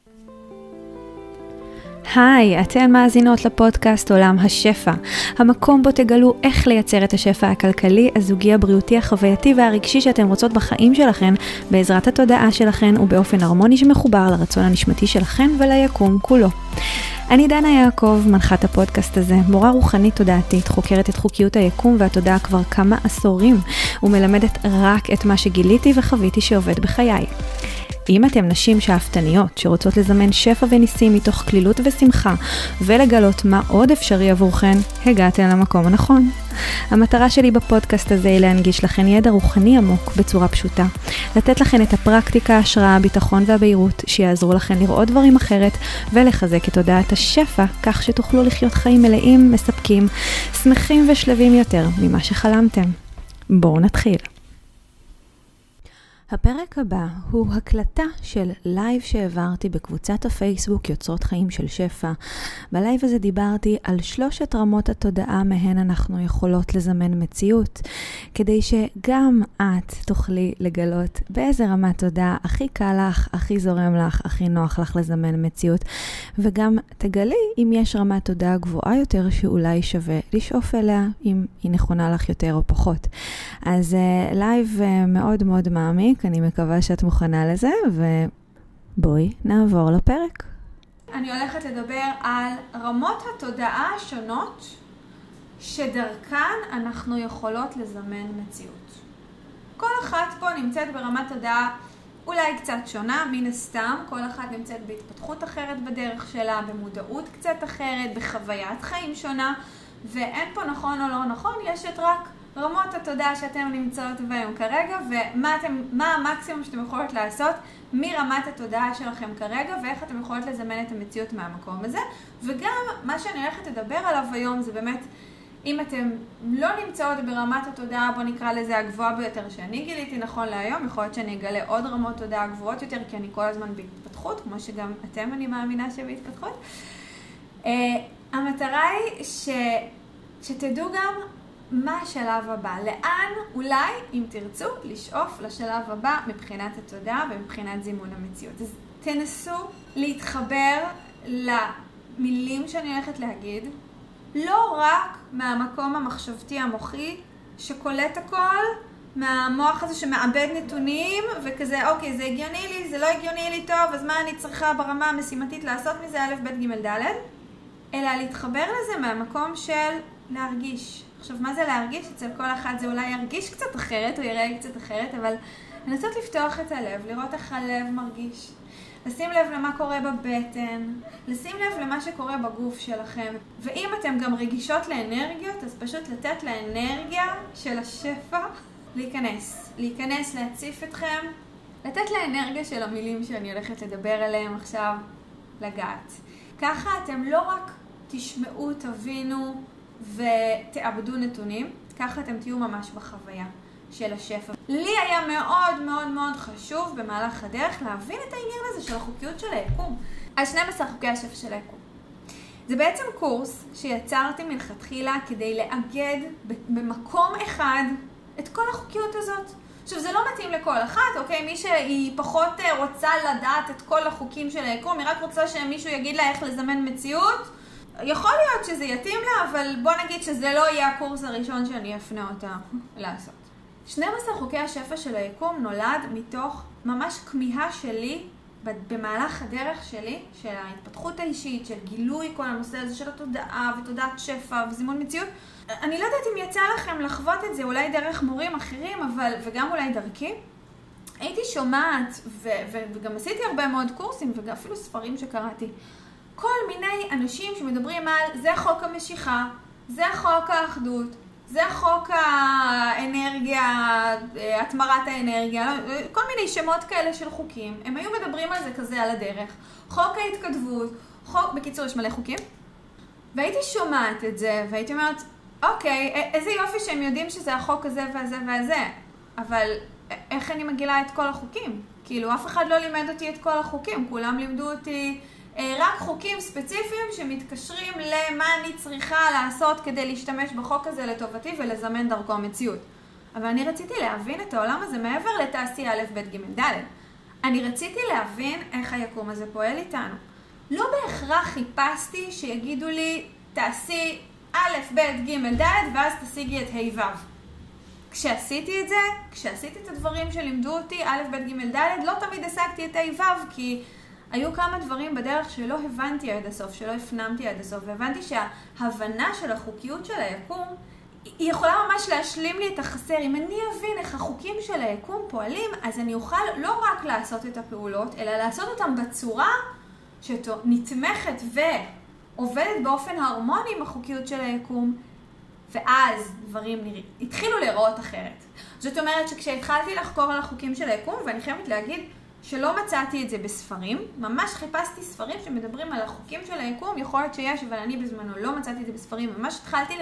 היי, אתן מאזינות לפודקאסט עולם השפע, המקום בו תגלו איך לייצר את השפע הכלכלי, הזוגי, הבריאותי, החווייתי והרגשי שאתן רוצות בחיים שלכן, בעזרת התודעה שלכן ובאופן הרמוני שמחובר לרצון הנשמתי שלכן וליקום כולו. אני דנה יעקב, מנחת הפודקאסט הזה, מורה רוחנית תודעתית, חוקרת את חוקיות היקום והתודעה כבר כמה עשורים, ומלמדת רק את מה שגיליתי וחוויתי שעובד בחיי. אם אתם נשים שאפתניות שרוצות לזמן שפע וניסים מתוך כלילות ושמחה ולגלות מה עוד אפשרי עבורכן, הגעתן למקום הנכון. המטרה שלי בפודקאסט הזה היא להנגיש לכן ידע רוחני עמוק בצורה פשוטה, לתת לכן את הפרקטיקה, ההשראה, הביטחון והבהירות שיעזרו לכן לראות דברים אחרת ולחזק את תודעת השפע כך שתוכלו לחיות חיים מלאים, מספקים, שמחים ושלבים יותר ממה שחלמתם. בואו נתחיל. הפרק הבא הוא הקלטה של לייב שהעברתי בקבוצת הפייסבוק יוצרות חיים של שפע. בלייב הזה דיברתי על 3 רמות התודעה מהן אנחנו יכולות לזמן מציאות, כדי שגם את תוכלי לגלות באיזה רמת תודעה הכי קל לך, הכי זורם לך, הכי נוח לך לזמן מציאות, וגם תגלי אם יש רמת תודעה גבוהה יותר שאולי שווה לשאוף אליה, אם היא נכונה לך יותר או פחות. אז לייב מאוד מאוד מעמיק, אני מקווה שאת מוכנה לזה, ובואי נעבור לפרק. אני הולכת לדבר על רמות התודעה השונות שדרכן אנחנו יכולות לזמן מציאות. כל אחת פה נמצאת ברמת תודעה אולי קצת שונה, מן הסתם, כל אחת נמצאת בהתפתחות אחרת בדרך שלה, במודעות קצת אחרת, בחוויית חיים שונה, ואין פה נכון או לא נכון, יש את רק רמות התודעה שאתם נמצאות בהם כרגע, ומה המקסימום שאתם יכולות לעשות מרמת התודעה שלכם כרגע, ואיך אתם יכולות לזמן את המציאות מהמקום הזה. וגם מה שאני הולכת לדבר עליו היום זה באמת, אם אתם לא נמצאות ברמת התודעה, בוא נקרא לזה הגבוהה ביותר שאני גיליתי נכון להיום, יכול להיות שאני אגלה עוד רמות תודעה גבוהות יותר, כי אני כל הזמן בהתפתחות, כמו שגם אתם, אני מאמינה שבהתפתחות. המטרה היא שתדעו גם מה השלב הבא, לאן אולי, אם תרצו, לשאוף לשלב הבא מבחינת התודעה ומבחינת זימון המציאות. אז תנסו להתחבר למילים שאני הולכת להגיד, לא רק מהמקום המחשבתי המוחי שקולט הכל, מהמוח הזה שמעבד נתונים וכזה, אוקיי, זה הגיוני לי, זה לא הגיוני לי טוב, אז מה אני צריכה ברמה המשימתית לעשות מזה א', ב', ג', ד', אלא להתחבר לזה מהמקום של להרגיש. עכשיו, מה זה להרגיש? אצל כל אחד זה אולי ירגיש קצת אחרת, או יראה קצת אחרת, אבל לנסות לפתוח את הלב, לראות איך הלב מרגיש. לשים לב למה קורה בבטן, לשים לב למה שקורה בגוף שלכם. ואם אתם גם רגישות לאנרגיות, אז פשוט לתת לאנרגיה של השפע להיכנס, להציף אתכם, לתת לאנרגיה של המילים שאני הולכת לדבר עליהם עכשיו, לגעת. ככה אתם לא רק תשמעו, תבינו, ותאבדו נתונים, ככה אתם תהיו ממש בחוויה של השפע. לי היה מאוד מאוד מאוד חשוב במהלך הדרך להבין את העניין הזה של החוקיות של היקום. על 12 חוקי השפע של היקום. זה בעצם קורס שיצרתי מלכתחילה כדי לאגד במקום אחד את כל החוקיות הזאת. עכשיו, זה לא מתאים לכל אחת, אוקיי? מי שהיא פחות רוצה לדעת את כל החוקים של היקום, היא רק רוצה שמישהו יגיד לה איך לזמן מציאות, יכול להיות שזה יתאים לה, אבל בוא נגיד שזה לא יהיה הקורס הראשון שאני אפנה אותה לעשות. 12 חוקי השפע של היקום נולד מתוך ממש כמיהה שלי, במהלך הדרך שלי, של ההתפתחות האישית, של גילוי כל הנושא הזה של התודעה ותודעת שפע וזימון מציאות. אני לא יודעת אם יצא לכם לחוות את זה, אולי דרך מורים אחרים, וגם אולי דרכי. הייתי שומעת, וגם עשיתי הרבה מאוד קורסים, ואפילו ספרים שקראתי. כל מיני אנשים שמדברים על זה חוק המשיכה, זה חוק האחדות, זה חוק האנרגיה, התמרת האנרגיה, כל מיני שמות כאלה של חוקים. הם היו מדברים על זה כזה על הדרך. חוק ההתכתבות, בקיצור יש מלא חוקים. והייתי שומעת את זה והייתי אומרת, אוקיי, איזה יופי שהם יודעים שזה החוק הזה והזה והזה, אבל איך אני מגילה את כל החוקים? כאילו אף אחד לא לימד אותי את כל החוקים, כולם לימדו אותי רק חוקים ספציפיים שמתקשרים למה אני צריכה לעשות כדי להשתמש בחוק הזה לטובתי ולזמן דרכו מציאות. אבל אני רציתי להבין את העולם הזה מעבר לתעשייה א' ב' ג' ד'. אני רציתי להבין איך היקום הזה פועל איתנו. לא בהכרח חיפשתי שיגידו לי, תעשי א', ב', ג', ד', ואז תשיגי את ה' ו'. כשעשיתי את זה, כשעשיתי את הדברים שלימדו אותי, א', ב', ג', ד', לא תמיד השגתי את ה' ו', כי היו כמה דברים בדרך שלא הבנתי עד הסוף, שלא הפנמתי עד הסוף, והבנתי שההבנה של החוקיות של היקום, היא יכולה ממש להשלים לי את החסר. אם אני אבין איך החוקים של היקום פועלים, אז אני אוכל לא רק לעשות את הפעולות, אלא לעשות אותם בצורה שנתמכת ועובדת באופן הרמוני עם החוקיות של היקום, ואז דברים התחילו להיראות אחרת. זאת אומרת שכשהתחלתי לחקור על החוקים של היקום, ואני חייבת להגיד שלא מצאתי את זה בספרים, ממש חיפשתי ספרים שמדברים על החוקים של היקום, יכול להיות שיש, אבל אני בזמנו לא מצאתי את זה בספרים, ממש התחלתי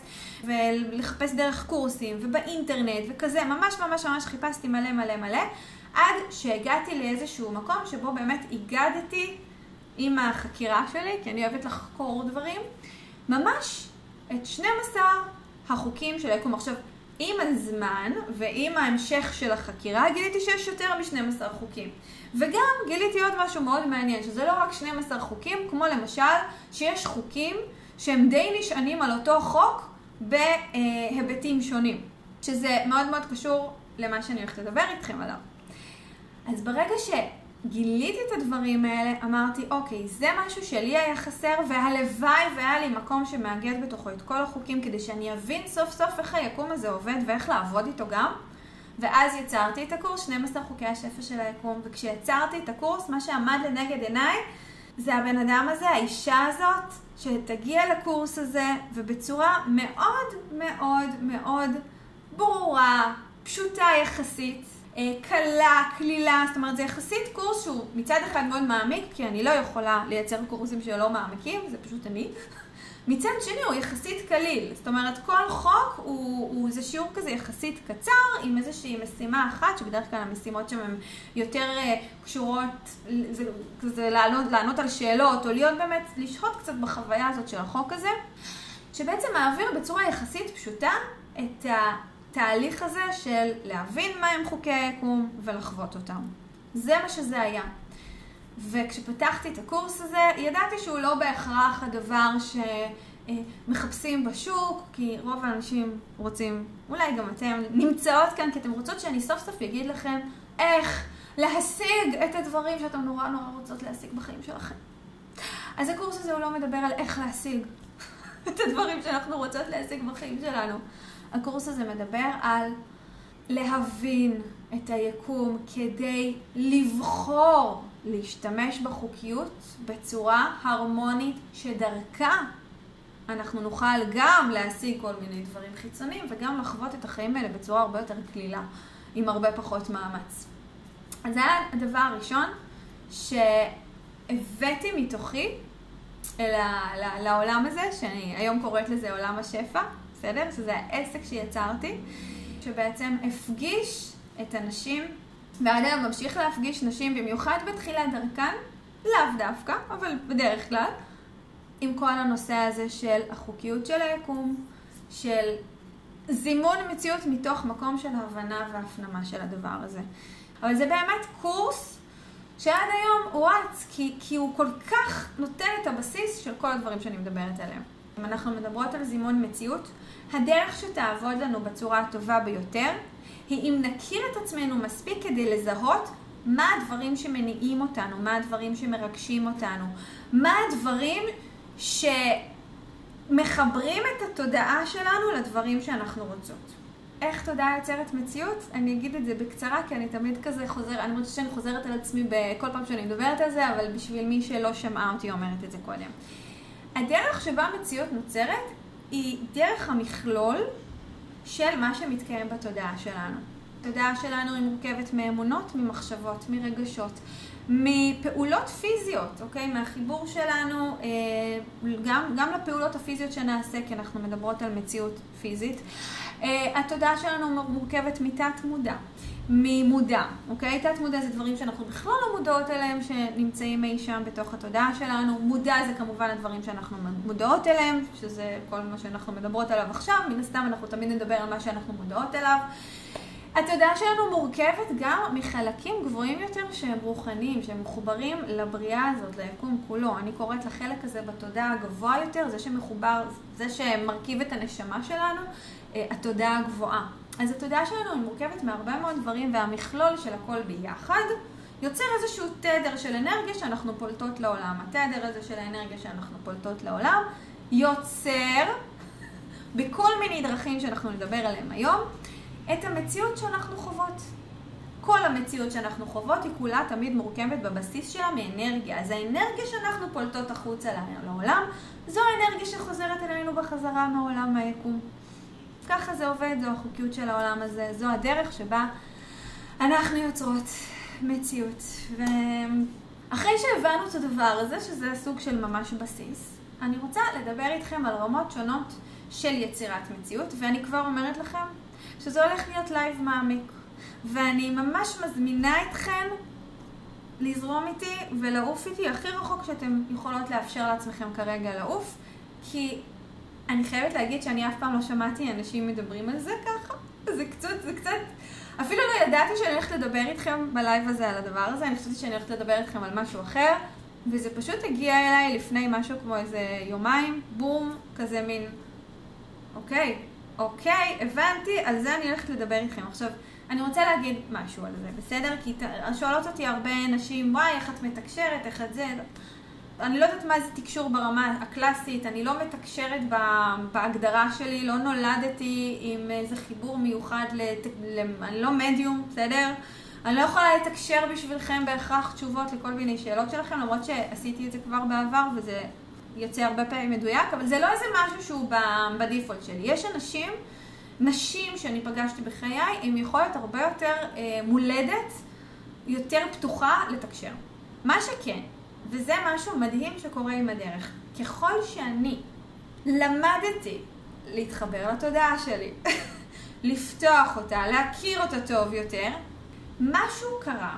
לחפש דרך קורסים ובאינטרנט וכזה, ממש חיפשתי מלא, עד שהגעתי לאיזשהו מקום שבו באמת הגדתי עם החקירה שלי, כי אני אוהבת לחקור דברים, ממש את 12 החוקים של היקום. עכשיו, עם הזמן ועם ההמשך של החקירה גיליתי שיש יותר מ-12 חוקים. וגם גיליתי עוד משהו מאוד מעניין, שזה לא רק 12 חוקים, כמו למשל שיש חוקים שהם די נשענים על אותו חוק בהיבטים שונים. שזה מאוד מאוד קשור למה שאני הולכת לדבר איתכם עליו. אז ברגע גיליתי את הדברים האלה, אמרתי, אוקיי, זה משהו שלי היה חסר, והלוואי והיה לי מקום שמאגד בתוכו את כל החוקים, כדי שאני אבין סוף סוף איך היקום הזה עובד, ואיך לעבוד איתו גם. ואז יצרתי את הקורס, 12 חוקי השפע של היקום, וכשייצרתי את הקורס, מה שעמד לנגד עיניי, זה הבן אדם הזה, האישה הזאת, שתגיע לקורס הזה, ובצורה מאוד מאוד מאוד ברורה, פשוטה יחסית, קלה, כלילה, זאת אומרת, זה יחסית קורס שהוא מצד אחד מאוד מעמיק, כי אני לא יכולה לייצר קורסים שלא מעמיקים, זה פשוט אני. מצד שני הוא יחסית קליל, זאת אומרת, כל חוק זה שיעור כזה יחסית קצר, עם איזושהי משימה אחת, שבדרך כלל המשימות שם הן יותר קשורות, זה לענות על שאלות, או להיות באמת, לשהות קצת בחוויה הזאת של החוק הזה, שבעצם מעביר בצורה יחסית פשוטה את התהליך הזה של להבין מהם חוקי היקום ולחוות אותם. זה מה שזה היה. וכשפתחתי את הקורס הזה, ידעתי שהוא לא בהכרח הדבר שמחפשים בשוק, כי רוב האנשים רוצים, אולי גם אתם נמצאות כאן, כי אתם רוצות שאני סוף סוף אגיד לכם איך להשיג את הדברים שאתם נורא רוצות להשיג בחיים שלכם. אז הקורס הזה הוא לא מדבר על איך להשיג את הדברים שאנחנו רוצות להשיג בחיים שלנו. הקורס הזה מדבר על להבין את היקום כדי לבחור להשתמש בחוקיות בצורה הרמונית שדרכה אנחנו נוכל גם להשיג כל מיני דברים חיצוניים וגם לחוות את החיים האלה בצורה הרבה יותר כלילה, עם הרבה פחות מאמץ. אז זה היה הדבר הראשון שהבאתי מתוכי לעולם הזה, שאני היום קוראת לזה עולם השפע, בסדר? שזה העסק שיצרתי, שבעצם הפגיש את הנשים, ועד היום ממשיך להפגיש נשים, במיוחד בתחילת דרכן, לאו דווקא, אבל בדרך כלל, עם כל הנושא הזה של החוקיות של היקום, של זימון מציאות מתוך מקום של הבנה והפנמה של הדבר הזה. אבל זה באמת קורס שעד היום הוא רץ, כי הוא כל כך נותן את הבסיס של כל הדברים שאני מדברת עליהם. אם אנחנו מדברות על זימון מציאות, הדרך שתעבוד לנו בצורה הטובה ביותר, היא אם נכיר את עצמנו מספיק כדי לזהות מה הדברים שמניעים אותנו, מה הדברים שמרגשים אותנו, מה הדברים שמחברים את התודעה שלנו לדברים שאנחנו רוצות. איך תודעה יוצרת מציאות? אני אגיד את זה בקצרה, כי אני תמיד כזה אני חושבת שאני חוזרת על עצמי בכל פעם שאני מדברת על זה, אבל בשביל מי שלא שמעה אותי אומרת את זה קודם. הדרך שבה מציאות נוצרת היא דרך המכלול של מה שמתקיים בתודעה שלנו. התודעה שלנו היא מורכבת מאמונות, ממחשבות, מרגשות, מפעולות פיזיות, אוקיי? מהחיבור שלנו, גם לפעולות הפיזיות שנעשה, כי אנחנו מדברות על מציאות פיזית. התודעה שלנו מורכבת מתת מודע, ממודע, אוקיי? תת מודע זה דברים שאנחנו בכלל לא מודעות אליהם, שנמצאים אי שם בתוך התודעה שלנו. מודע זה כמובן הדברים שאנחנו מודעות אליהם, שזה כל מה שאנחנו מדברות עליו עכשיו. מן הסתם אנחנו תמיד נדבר על מה שאנחנו מודעות אליו. התודעה שלנו מורכבת גם מחלקים גבוהים יותר שהם רוחניים, שהם מחוברים לבריאה הזאת, ליקום כולו. אני קוראת לחלק הזה בתודעה הגבוה יותר, זה שמחובר, זה שמרכיב את הנשמה שלנו, התודעה הגבוהה. אז התודעה שלנו היא מורכבת מהרבה מאוד דברים, והמכלול של הכל ביחד יוצר איזשהו תדר של אנרגיה שאנחנו פולטות לעולם. התדר הזה של האנרגיה שאנחנו פולטות לעולם יוצר בכל מיני דרכים שאנחנו נדבר עליהם היום, את המציאות שאנחנו חוות. כל המציאות שאנחנו חוות היא כולה תמיד מורכבת בבסיס שלה מאנרגיה. אז האנרגיה שאנחנו פולטות החוצה לעולם, זו האנרגיה שחוזרת אלינו בחזרה מהעולם, מהיקום. ככה זה עובד, זו החוקיות של העולם הזה, זו הדרך שבה אנחנו יוצרות מציאות. ואחרי שהבנו את הדבר הזה, שזה סוג של ממש בסיס, אני רוצה לדבר איתכם על רמות שונות של יצירת מציאות, ואני כבר אומרת לכם שזה הולך להיות לייב מעמיק. ואני ממש מזמינה אתכם לזרום איתי ולעוף איתי הכי רחוק שאתם יכולות לאפשר לעצמכם כרגע לעוף, כי אני חייבת להגיד שאני אף פעם לא שמעתי אנשים מדברים על זה ככה. זה קצת, אפילו לא ידעתי שאני הולכת לדבר איתכם בלייב הזה על הדבר הזה, אני חושבת שאני הולכת לדבר איתכם על משהו אחר, וזה פשוט הגיע אליי לפני משהו כמו איזה יומיים, בום, כזה מין, אוקיי, הבנתי, על זה אני הולכת לדבר איתכם. עכשיו, אני רוצה להגיד משהו על זה, בסדר? כי שואלות אותי הרבה נשים, וואי, איך את מתקשרת, איך את זה? אני לא יודעת מה זה תקשור ברמה הקלאסית, אני לא מתקשרת בהגדרה שלי, לא נולדתי עם איזה חיבור מיוחד, אני לא מדיום, בסדר? אני לא יכולה לתקשר בשבילכם בהכרח תשובות לכל מיני שאלות שלכם, למרות שעשיתי את זה כבר בעבר וזה יוצא הרבה פעמים מדויק, אבל זה לא איזה משהו שהוא בדיפולט שלי. יש נשים שאני פגשתי בחיי, עם יכולת הרבה יותר מולדת, יותר פתוחה לתקשר. מה שכן, וזה משהו מדהים שקורה עם הדרך, ככל שאני למדתי להתחבר לתודעה שלי, לפתוח אותה, להכיר אותה טוב יותר, משהו קרה,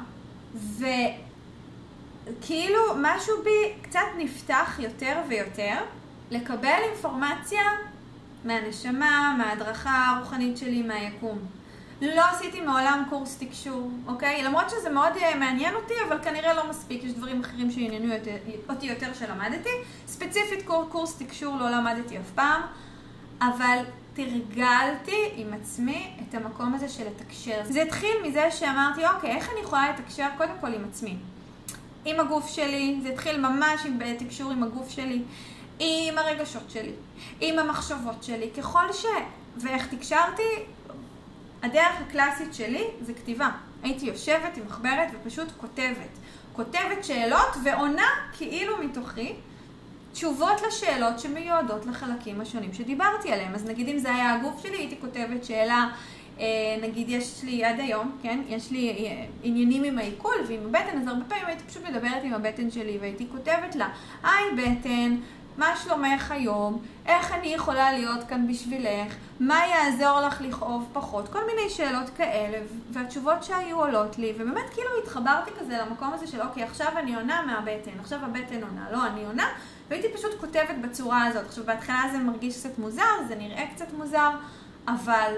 וכאילו משהו בי קצת נפתח יותר ויותר, לקבל אינפורמציה מהנשמה, מההדרכה הרוחנית שלי, מהיקום. לא עשיתי מעולם קורס תקשור, אוקיי? למרות שזה מאוד מעניין אותי, אבל כנראה לא מספיק. יש דברים אחרים שעניינו אותי יותר שלמדתי. ספציפית קורס תקשור לא למדתי אף פעם, אבל תרגלתי עם עצמי את המקום הזה של לתקשר. זה התחיל מזה שאמרתי, אוקיי, איך אני יכולה לתקשר קודם כל עם עצמי? עם הגוף שלי, זה התחיל ממש בתקשור עם הגוף שלי, עם הרגשות שלי, עם המחשבות שלי, ואיך תקשרתי? הדרך הקלאסית שלי זה כתיבה. הייתי יושבת עם מחברת ופשוט כותבת שאלות ועונה כאילו מתוכי תשובות לשאלות שמיועדות לחלקים השונים שדיברתי עליהם. אז נגיד אם זה היה הגוף שלי, הייתי כותבת שאלה, נגיד יש לי עד היום, כן? יש לי עניינים עם העיכול ועם הבטן, אז הרבה פעמים הייתי פשוט מדברת עם הבטן שלי והייתי כותבת לה, היי בטן, מה שלומך היום? איך אני יכולה להיות כאן בשבילך? מה יעזור לך לכאוב פחות? כל מיני שאלות כאלה, והתשובות שהיו עולות לי, ובאמת כאילו התחברתי כזה למקום הזה של אוקיי, עכשיו אני עונה מהבטן, עכשיו הבטן עונה, לא אני עונה, והייתי פשוט כותבת בצורה הזאת. עכשיו בהתחלה זה מרגיש קצת מוזר, זה נראה קצת מוזר, אבל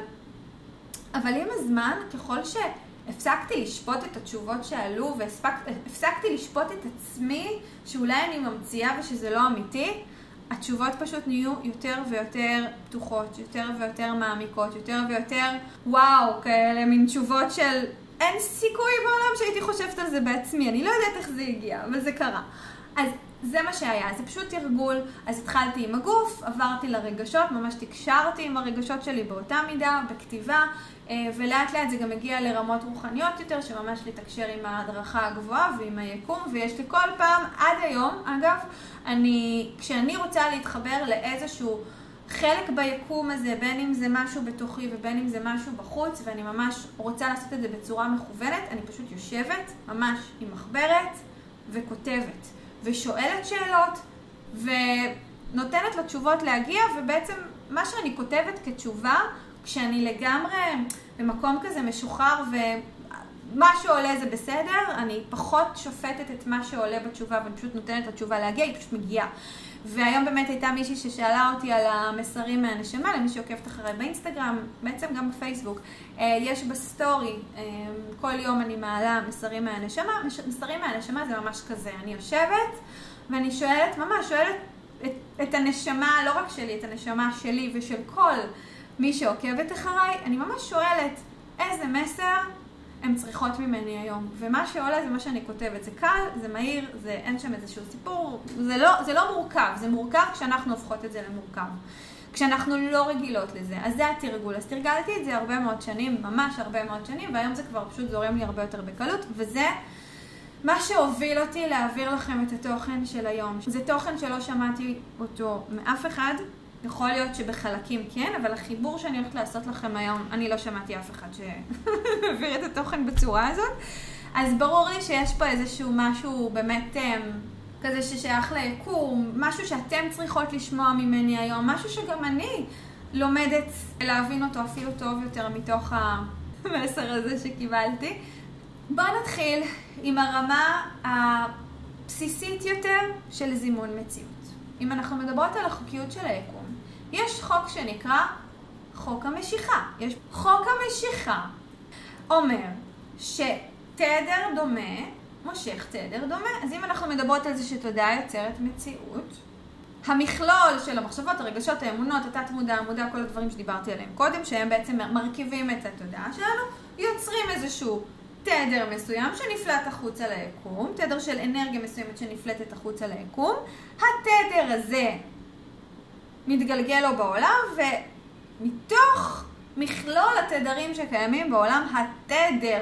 עם הזמן, ככל שהפסקתי לשפוט את התשובות שעלו, והפסקתי לשפוט את עצמי, שאולי אני ממציאה ושזה לא אמיתי, התשובות פשוט נהיו יותר ויותר פתוחות, יותר ויותר מעמיקות, יותר ויותר וואו, כאלה מין תשובות של אין סיכוי בעולם שהייתי חושבת על זה בעצמי, אני לא יודעת איך זה הגיע, אבל זה קרה. אז זה מה שהיה, זה פשוט תרגול. אז התחלתי עם הגוף, עברתי לרגשות, ממש תקשרתי עם הרגשות שלי באותה מידה, בכתיבה, ולאט לאט זה גם הגיע לרמות רוחניות יותר, שממש לתקשר עם ההדרכה הגבוהה ועם היקום, ויש לי כל פעם, עד היום, אגב, כשאני רוצה להתחבר לאיזשהו חלק ביקום הזה, בין אם זה משהו בתוכי ובין אם זה משהו בחוץ, ואני ממש רוצה לעשות את זה בצורה מכוונת, אני פשוט יושבת ממש עם מחברת וכותבת. ושואלת שאלות, ונותנת לו תשובות להגיע, ובעצם מה שאני כותבת כתשובה, כשאני לגמרי במקום כזה משוחרר מה שעולה זה בסדר, אני פחות שופטת את מה שעולה בתשובה, ואני פשוט נותנת לתשובה להגיע, היא פשוט מגיעה. והיום באמת הייתה מישהי ששאלה אותי על המסרים מהנשמה, למי שעוקבת אחריי באינסטגרם, בעצם גם בפייסבוק. יש בסטורי, כל יום אני מעלה מסרים מהנשמה. מסרים מהנשמה זה ממש כזה, אני יושבת ואני שואלת, ממש שואלת את הנשמה, לא רק שלי, את הנשמה שלי ושל כל מי שעוקבת אחריי, אני ממש שואלת איזה מסר הן צריכות ממני היום. ומה שעולה זה מה שאני כותבת. זה קל, זה מהיר, אין שם איזשהו סיפור. זה לא מורכב. זה מורכב כשאנחנו הופכות את זה למורכב. כשאנחנו לא רגילות לזה. אז זה התרגול. אז תרגלתי את זה הרבה מאוד שנים, ממש הרבה מאוד שנים, והיום זה כבר פשוט זורם לי הרבה יותר בקלות, וזה מה שהוביל אותי להעביר לכם את התוכן של היום. זה תוכן שלא שמעתי אותו מאף אחד. יכול להיות שבחלקים כן, אבל החיבור שאני הולכת לעשות לכם היום, אני לא שמעתי אף אחד שמעביר את התוכן בצורה הזאת. אז ברור לי שיש פה איזשהו משהו באמת כזה ששייך ליקום, משהו שאתם צריכות לשמוע ממני היום, משהו שגם אני לומדת להבין אותו אפילו טוב יותר מתוך המסר הזה שקיבלתי. בואו נתחיל עם הרמה הבסיסית יותר של זימון מציאות. אם אנחנו מדברות על החוקיות של היקום, יש חוק שנקרא חוק המשיכה. חוק המשיכה אומר שתדר דומה מושך תדר דומה. אז אם אנחנו מדברות על זה שתודעה יוצרת מציאות, המכלול של המחשבות, הרגשות, האמונות, התת מודע, המודע, כל הדברים שדיברתי עליהם קודם, שהם בעצם מרכיבים את התודעה שלנו, יוצרים איזשהו תדר מסוים שנפלט החוצה ליקום, תדר של אנרגיה מסוימת שנפלטת החוצה ליקום. התדר הזה מתגלגל לו בעולם, ומתוך מכלול התדרים שקיימים בעולם, התדר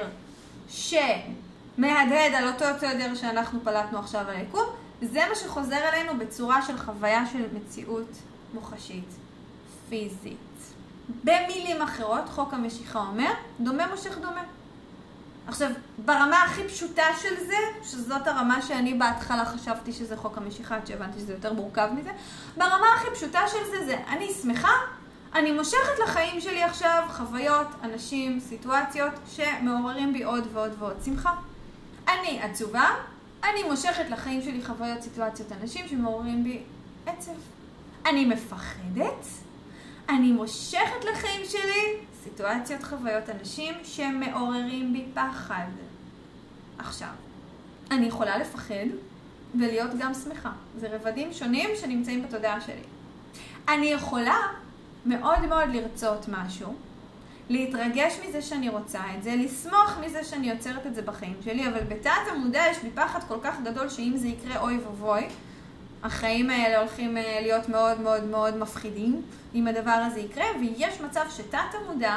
שמהדהד על אותו תדר שאנחנו פלטנו עכשיו על היקום, זה מה שחוזר אלינו בצורה של חוויה של מציאות מוחשית, פיזית. במילים אחרות, חוק המשיכה אומר, דומה מושך דומה. עכשיו, ברמה הכי פשוטה של זה, שזאת הרמה שאני בהתחלה חשבתי שזה חוק המשיכה, עד שהבנתי שזה יותר מורכב מזה, ברמה הכי פשוטה של זה, אני שמחה, אני מושכת לחיים שלי עכשיו חוויות, אנשים, סיטואציות שמעוררים בי עוד ועוד ועוד שמחה. אני עצובה, אני מושכת לחיים שלי חוויות, סיטואציות, אנשים שמעוררים בי עצב. אני מפחדת, אני מושכת לחיים שלי סיטואציות, חוויות, אנשים שמעוררים בי פחד. עכשיו, אני יכולה לפחד ולהיות גם שמחה. זה רבדים שונים שנמצאים בתודעה שלי. אני יכולה מאוד מאוד לרצות משהו, להתרגש מזה שאני רוצה את זה, לשמוח מזה שאני יוצרת את זה בחיים שלי, אבל בתת המודע יש לי פחד כל כך גדול שאם זה יקרה אוי ובוי, החיים האלה הולכים להיות מאוד מאוד מאוד מפחידים אם הדבר הזה יקרה, ויש מצב שתת המודע,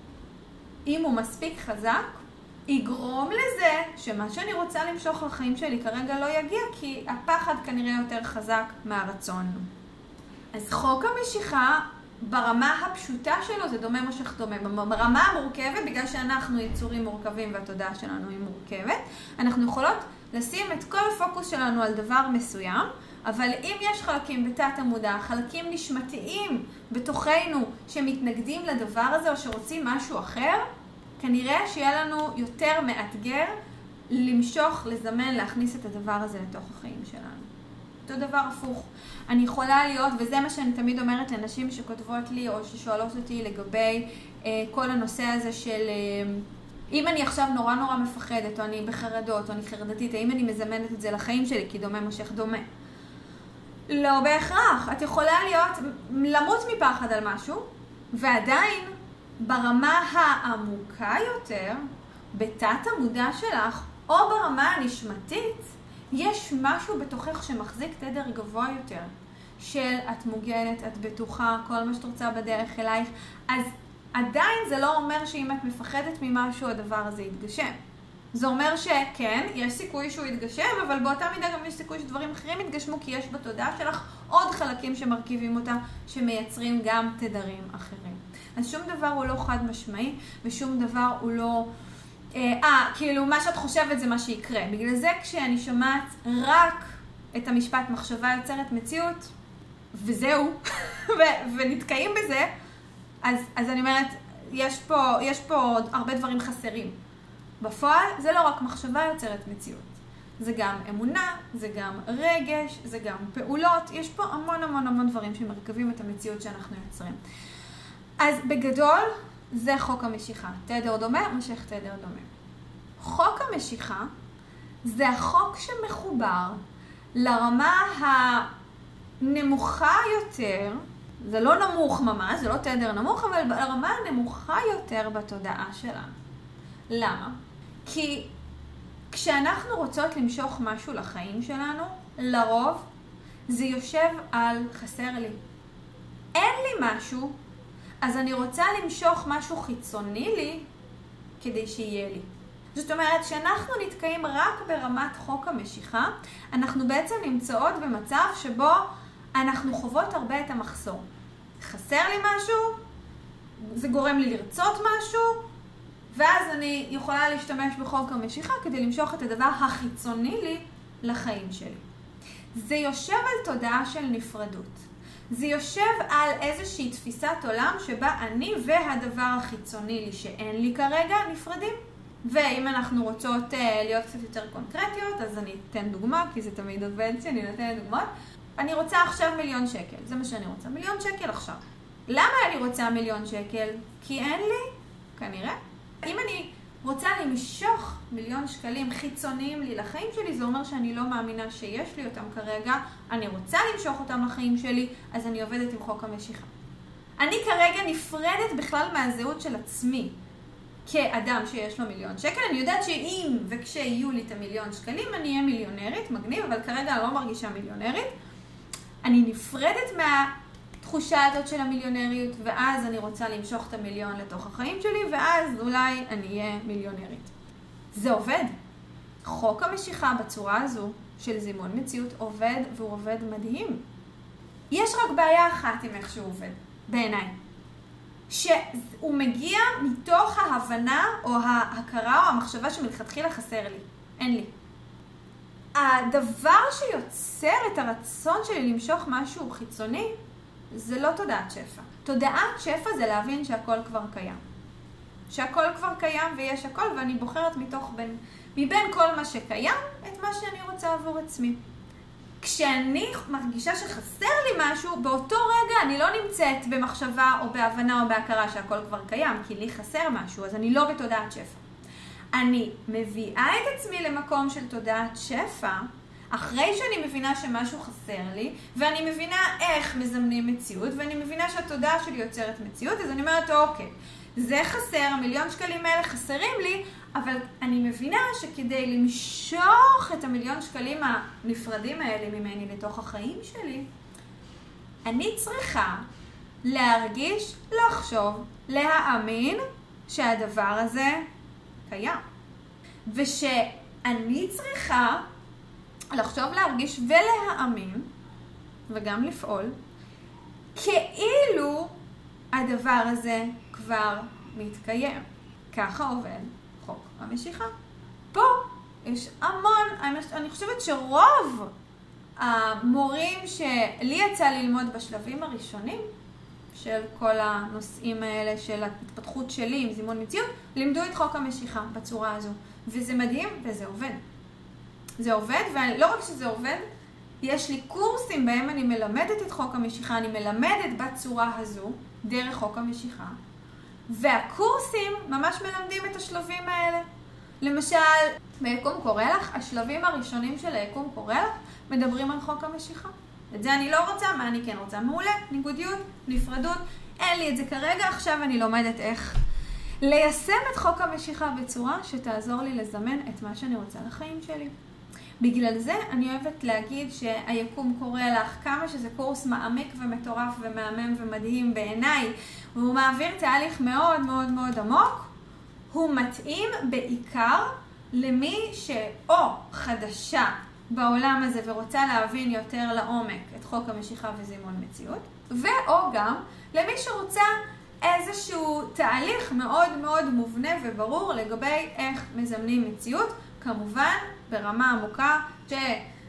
אם הוא מספיק חזק, יגרום לזה שמה שאני רוצה למשוך לחיים שלי כרגע לא יגיע, כי הפחד כנראה יותר חזק מהרצון. אז חוק המשיכה, ברמה הפשוטה שלו זה דומה מושך דומה. ברמה המורכבת, בגלל שאנחנו יצורים מורכבים והתודעה שלנו היא מורכבת, אנחנו יכולות לשים את כל הפוקוס שלנו על דבר מסוים, אבל אם יש חלקים בתת המודע, חלקים נשמתיים בתוכנו שמתנגדים לדבר הזה או שרוצים משהו אחר, כנראה שיהיה לנו יותר מאתגר למשוך, לזמן, להכניס את הדבר הזה לתוך החיים שלנו. אותו דבר הפוך. אני יכולה להיות, וזה מה שאני תמיד אומרת לנשים שכותבות לי או ששואלות אותי לגבי כל הנושא הזה של אם אני עכשיו נורא נורא מפחדת או אני בחרדות או אני חרדתית, האם אני מזמנת את זה לחיים שלי כי דומה מושך דומה? לא בהכרח. את יכולה למות מפחד על משהו, ועדיין ברמה העמוקה יותר, בתת המודע שלך, או ברמה הנשמתית, יש משהו בתוכך שמחזיק תדר גבוה יותר, של את מוגנת, את בטוחה, כל מה שאת רוצה בדרך אלייך. אז עדיין זה לא אומר שאם את מפחדת ממשהו, הדבר הזה יתגשם. זה אומר שכן, יש סיכוי שהוא יתגשם, אבל באותה מידה גם יש סיכוי שדברים אחרים יתגשמו, כי יש בתודעה שלך עוד חלקים שמרכיבים אותה, שמייצרים גם תדרים אחרים. אז שום דבר הוא לא חד משמעי, ושום דבר הוא לא כאילו מה שאת חושבת זה מה שיקרה. בגלל זה כשאני שומעת רק את המשפט מחשבה יוצרת מציאות, וזהו, ונתקעים בזה, אז אני אומרת, יש פה הרבה דברים חסרים. בפועל זה לא רק מחשבה יוצרת מציאות. זה גם אמונה, זה גם רגש, זה גם פעולות. יש פה המון המון המון דברים שמרכבים את המציאות שאנחנו יוצרים. אז בגדול זה חוק המשיכה. תדר דומה, משך תדר דומה. חוק המשיכה זה החוק שמחובר לרמה הנמוכה יותר, זה לא נמוך ממש, זה לא תדר נמוך, אבל לרמה הנמוכה יותר בתודעה שלנו. למה? כי כשאנחנו רוצות למשוך משהו לחיים שלנו, לרוב זה יושב על חסר לי. אין לי משהו, אז אני רוצה למשוך משהו חיצוני לי כדי שיהיה לי. זאת אומרת שאנחנו נתקעים רק ברמת חוק המשיכה, אנחנו בעצם נמצאות במצב שבו אנחנו חוות הרבה את המחסור. חסר לי משהו, זה גורם לי לרצות משהו, ואז אני יכולה להשתמש בחוק המשיכה כדי למשוך את הדבר החיצוני לי לחיים שלי. זה יושב על תודעה של נפרדות. זה יושב על איזושהי תפיסת עולם שבה אני והדבר החיצוני לי שאין לי כרגע נפרדים. ואם אנחנו רוצות להיות קצת יותר קונקרטיות, אז אני אתן דוגמה, כי זה תמיד עובד שאני נותנת דוגמאות. אני רוצה עכשיו 1,000,000 שקל, זה מה שאני רוצה, 1,000,000 שקל עכשיו. למה אני רוצה 1,000,000 שקל? כי אין לי, כנראה. אם אני רוצה למשוך 1,000,000 שקלים חיצוניים לי לחיים שלי, זה אומר שאני לא מאמינה שיש לי אותם כרגע, אני רוצה למשוך אותם לחיים שלי, אז אני עובדת עם חוק המשיכה. אני כרגע נפרדת בכלל מהזהות של עצמי. כאדם שיש לו 1,000,000 שקל, אני יודעת שאם וכשיהיו לי את 1,000,000 שקלים, אני אהיה מיליונרית, מגניב, אבל כרגע אני לא מרגישה מיליונרית. אני נפרדת מהתחושה הזאת של המיליונריות, ואז אני רוצה למשוך את 1,000,000 לתוך החיים שלי, ואז אולי אני אהיה מיליונרית. זה עובד. חוק המשיכה בצורה הזו של זימון מציאות עובד, והוא עובד מדהים. יש רק בעיה אחת עם איך שהוא עובד, בעיניי. שהוא מגיע מתוך ההבנה או ההכרה או המחשבה שמלכתחילה חסר לי. אין לי. הדבר שיוצר את הרצון שלי למשוך משהו חיצוני, זה לא תודעת שפע. תודעת שפע זה להבין שהכל כבר קיים. שהכל כבר קיים ויש הכל, ואני בוחרת מבין כל מה שקיים את מה שאני רוצה עבור עצמי. כשאני מרגישה שחסר לי משהו, באותו רגע אני לא נמצאת במחשבה או בהבנה או בהכרה שהכל כבר קיים, כי לי חסר משהו, אז אני לא בתודעת שפע. אני מביאה את עצמי למקום של תודעת שפע, אחרי שאני מבינה שמשהו חסר לי, ואני מבינה איך מזמנים מציאות, ואני מבינה שהתודעה שלי יוצרת מציאות, אז אני אומרת, אוקיי, זה חסר, 1,000,000 שקלים האלה חסרים לי, אבל אני מבינה שכדי למשוך את 1,000,000 שקלים הנפרדים האלה ממני לתוך החיים שלי, אני צריכה להרגיש, לחשוב, להאמין שהדבר הזה קיים. ושאני צריכה לחשוב, להרגיש ולהאמין, וגם לפעול, כאילו הדבר הזה כבר מתקיים. ככה עובד חוק המשיכה. פה יש המון, אני חושבת שרוב המורים שלי יצא ללמוד בשלבים הראשונים של כל הנושאים האלה של ההתפתחות שלי עם זימון מציאות, לימדו את חוק המשיכה בצורה הזו. וזה מדהים וזה עובד. זה עובד, ולא רק שזה עובד, יש לי קורסים בהם אני מלמדת את חוק המשיכה, אני מלמדת בצורה הזו, דרך חוק המשיכה, והקורסים ממש מלמדים את השלבים האלה. למשל, ביקום קורא לך, השלבים הראשונים של היקום קורא לך, מדברים על חוק המשיכה. את זה אני לא רוצה, מה אני כן רוצה? מעולה, ניגודיות, נפרדות, אין לי את זה כרגע, עכשיו אני לומדת איך ליישם את חוק המשיכה בצורה שתעזור לי לזמן את מה שאני רוצה לחיים שלי. בגלל זה אני אוהבת להגיד שהיקום קורא לך, כמה שזה קורס מעמיק ומטורף ומהמם ומדהים בעיניי, והוא מעביר תהליך מאוד מאוד מאוד עמוק, הוא מתאים בעיקר למי שאו חדשה בעולם הזה ורוצה להבין יותר לעומק את חוק המשיכה וזימון מציאות, ואו גם למי שרוצה איזשהו תהליך מאוד מאוד מובנה וברור לגבי איך מזמנים מציאות, כמובן ברמה עמוקה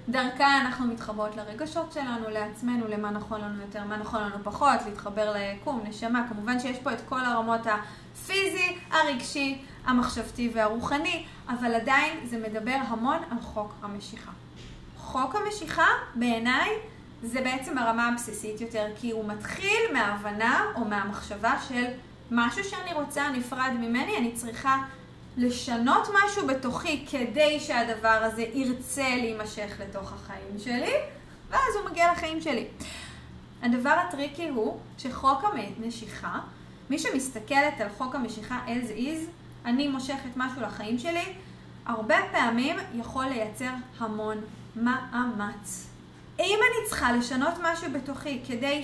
דרכה אנחנו מתחברות לרגשות שלנו, לעצמנו, למה נכון לנו יותר, מה נכון לנו פחות, להתחבר ליקום, נשמה. כמובן שיש פה את כל הרמות הפיזי, הרגשי, המחשבתי והרוחני, אבל עדיין זה מדבר המון על חוק המשיכה. חוק המשיכה בעיניי זה בעצם הרמה הבסיסית יותר, כי הוא מתחיל מההבנה או מהמחשבה של משהו שאני רוצה נפרד ממני, אני צריכה לשנות משהו בתוכי כדי שהדבר הזה ירצה להימשך לתוך החיים שלי, ואז הוא מגיע לחיים שלי. הדבר הטריקי הוא שחוק המשיכה, מי שמסתכלת על חוק המשיכה as is, אני מושכת משהו לחיים שלי, הרבה פעמים יכול לייצר המון מאמץ. אם אני צריכה לשנות משהו בתוכי כדי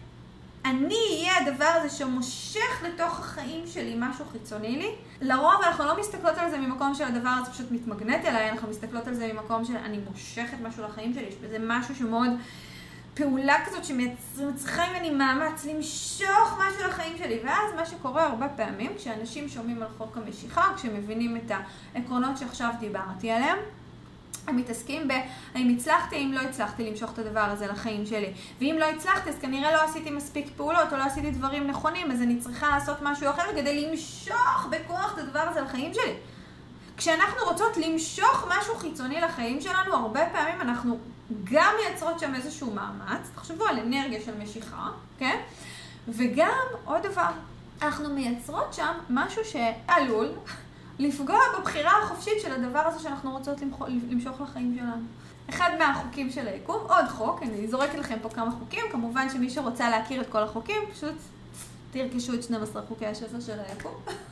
שאני אהיה הדבר הזה שמושך לתוך החיים שלי משהו חיצוני לי, לרוב אנחנו לא מסתכלות על זה ממקום של הדבר הזה פשוט מתמגנט אליי, אנחנו מסתכלות על זה ממקום של אני מושכת משהו לחיים שלי, זה משהו שמאוד פעולה כזאת שמצריכה ממני מאמץ למשוך משהו לחיים שלי. ואז מה שקורה הרבה פעמים כשאנשים שומעים על חוק המשיכה, כשמבינים את העקרונות שעכשיו דיברתי עליהם, הם מתעסקים האם הצלחתי, אם לא הצלחתי למשוך את הדבר הזה לחיים שלי. ואם לא הצלחתי, אז כנראה לא עשיתי מספיק פעולות או לא עשיתי דברים נכונים, אז אני צריכה לעשות משהו אחר כדי למשוך בכוח את הדבר הזה לחיים שלי. כשאנחנו רוצות למשוך משהו חיצוני לחיים שלנו, הרבה פעמים אנחנו גם מייצרות שם איזשהו מאמץ, תחשבו על אנרגיה של משיכה, כן? וגם עוד דבר, אנחנו מייצרות שם משהו שעלול לפגוע בבחירה החופשית של הדבר הזה שאנחנו רוצות למשוך לחיים שלנו. אחד מהחוקים של היקום, עוד חוק, אני זורקת לכם פה כמה חוקים, כמובן שמי שרוצה להכיר את כל החוקים, פשוט תרכשו את 12 חוקי השפע של היקום.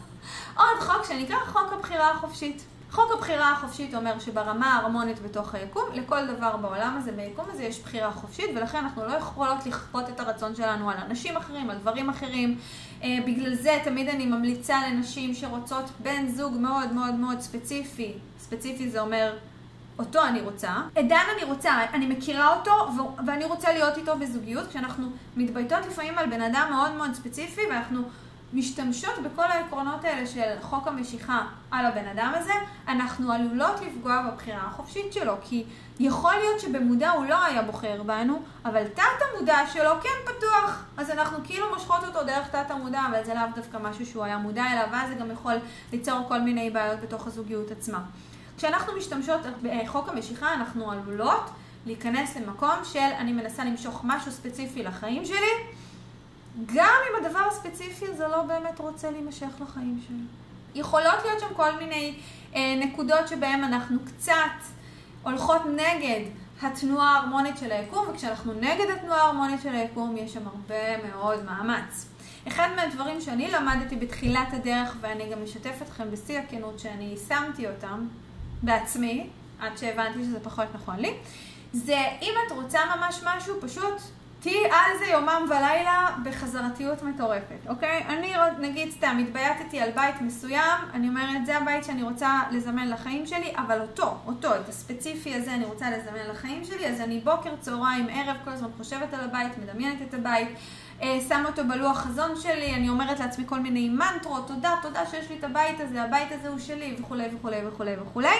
עוד חוק שנקרא חוק הבחירה החופשית. חוק הבחירה החופשית אומר שברמה ההרמונית בתוך היקום, לכל דבר בעולם הזה, ביקום הזה, יש בחירה חופשית, ולכן אנחנו לא יכולות לכפות את הרצון שלנו על אנשים אחרים, על דברים אחרים. בגלל זה תמיד אני ממליצה לנשים שרוצות בן זוג מאוד מאוד מאוד ספציפי. ספציפי זה אומר, אותו אני רוצה. עדן אני רוצה, אני מכירה אותו ואני רוצה להיות איתו בזוגיות. כשאנחנו מתבייתות לפעמים על בן אדם מאוד מאוד ספציפי, ואנחנו משתמשות בכל העקרונות האלה של חוק המשיכה על הבן אדם הזה, אנחנו עלולות לפגוע בבחירה החופשית שלו, כי יכול להיות שבמודע הוא לא היה בוחר בנו, אבל תת המודע שלו כן פתוח, אז אנחנו כאילו מושכות אותו דרך תת המודע, אבל זה לאו דווקא משהו שהוא היה מודע אליו, ואז זה גם יכול ליצור כל מיני בעיות בתוך הזוגיות עצמה. כשאנחנו משתמשות בחוק המשיכה, אנחנו עלולות להיכנס למקום של אני מנסה למשוך משהו ספציפי לחיים שלי, גם אם הדבר הספציפי הזה לא באמת רוצה להימשך לחיים שלי. יכולות להיות שם כל מיני נקודות שבהן אנחנו קצת הולכות נגד התנועה ההרמונית של היקום, וכשאנחנו נגד התנועה ההרמונית של היקום יש שם הרבה מאוד מאמץ. אחד מהדברים שאני למדתי בתחילת הדרך, ואני גם משתף אתכם בשיא הכנות שאני שמתי אותם בעצמי, עד שהבנתי שזה פחות נכון לי, זה אם את רוצה ממש משהו, פשוט תהי על זה יומם ולילה בחזרתיות מטורפת, אוקיי? אני נגיד סתם, התבייתתי על בית מסוים, אני אומרת, זה הבית שאני רוצה לזמן לחיים שלי, אבל אותו, את הספציפי הזה אני רוצה לזמן לחיים שלי, אז אני בוקר, צהריים, ערב, כל הזמן חושבת על הבית, מדמיינת את הבית, שם אותו בלוח חזון שלי, אני אומרת לעצמי כל מיני מנטרות, תודה שיש לי את הבית הזה, הבית הזה הוא שלי, וכולי וכולי וכולי וכולי.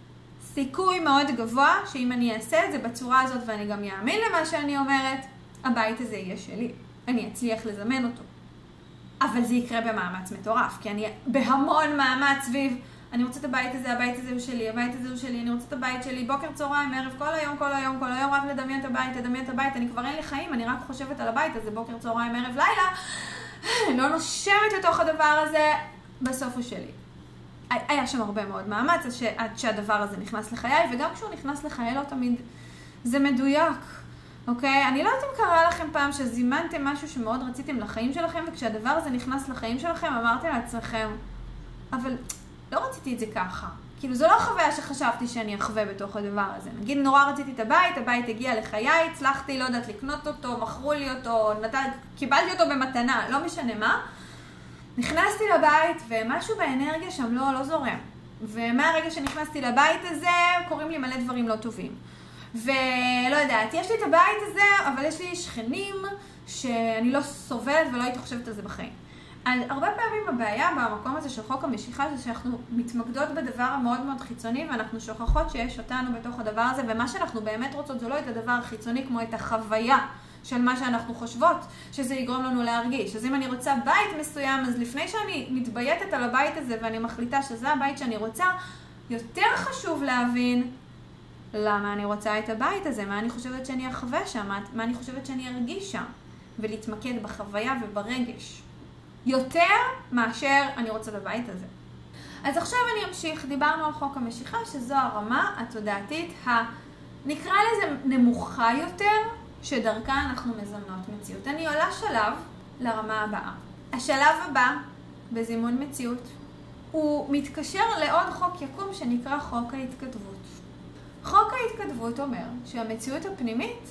סיכוי מאוד גבוה שאם אני אעשה את זה בצורה הזאת ואני גם יאמין למה שאני אומרת, הבית הזה יהיה שלי, אני אצליח לזמן אותו. אבל זה יקרה במאמץ מטורף, כי אני בהמון מאמץ סביב, אני רוצה את הבית הזה, הבית הזה הוא שלי, הבית הזה הוא שלי, אני רוצה את הבית שלי, בוקר, צהריים, ערב, כל היום, רק לדמיין את הבית, אני כבר אין לי חיים, אני רק חושבת על הבית הזה, בוקר, צהריים, ערב, לילה, לא נושמת לתוך הדבר הזה, בסוף הוא שלי. היה שם הרבה מאוד מאמץ עד שהדבר הזה נכנס לחיי, וגם כשהוא נכנס לחיי לא תמיד זה מדויק. אוקיי? אני לא יודעת אם קרה לכם פעם שזימנתם משהו שמאוד רציתם לחיים שלכם, וכשהדבר הזה נכנס לחיים שלכם, אמרתם לעצמכם, אבל לא רציתי את זה ככה. כאילו, זו לא חוויה שחשבתי שאני אחווה בתוך הדבר הזה. נגיד, נורא רציתי את הבית הגיע לחיי, הצלחתי, לא יודעת, לקנות אותו, מכרו לי אותו, קיבלתי אותו במתנה, לא משנה מה. נכנסתי לבית, ומשהו באנרגיה שם לא זורם. ומהרגע שנכנסתי לבית הזה, קוראים לי מלא דברים לא טובים. ולא יודעת, יש לי את הבית הזה, אבל יש לי שכנים שאני לא סובלת ולא הייתי חושבת על זה בחיים. הרבה פעמים הבעיה במקום הזה של חוק המשיכה זה שאנחנו מתמקדות בדבר המאוד מאוד חיצוני, ואנחנו שוכחות שיש אותנו בתוך הדבר הזה, ומה שאנחנו באמת רוצות זה לא את הדבר החיצוני כמו את החוויה של מה שאנחנו חושבות שזה יגרום לנו להרגיש. אז אם אני רוצה בית מסוים, אז לפני שאני מתבייתת על הבית הזה ואני מחליטה שזה הבית שאני רוצה, יותר חשוב להבין למה אני רוצה את הבית הזה, מה אני חושבת שאני אחווה שם, מה אני חושבת שאני ארגיש שם, ולהתמקד בחוויה וברגש. יותר מאשר אני רוצה בבית הזה. אז עכשיו אני אמשיך. דיברנו על חוק המשיכה, שזו הרמה התודעתית נקרא לזה נמוכה יותר, שדרכה אנחנו מזמנות מציאות. אני עולה שלב לרמה הבאה. השלב הבא בזימון מציאות הוא מתקשר לעוד חוק יקום שנקרא חוק ההתכתבות. חוק ההתכתבות אומר שהמציאות הפנימית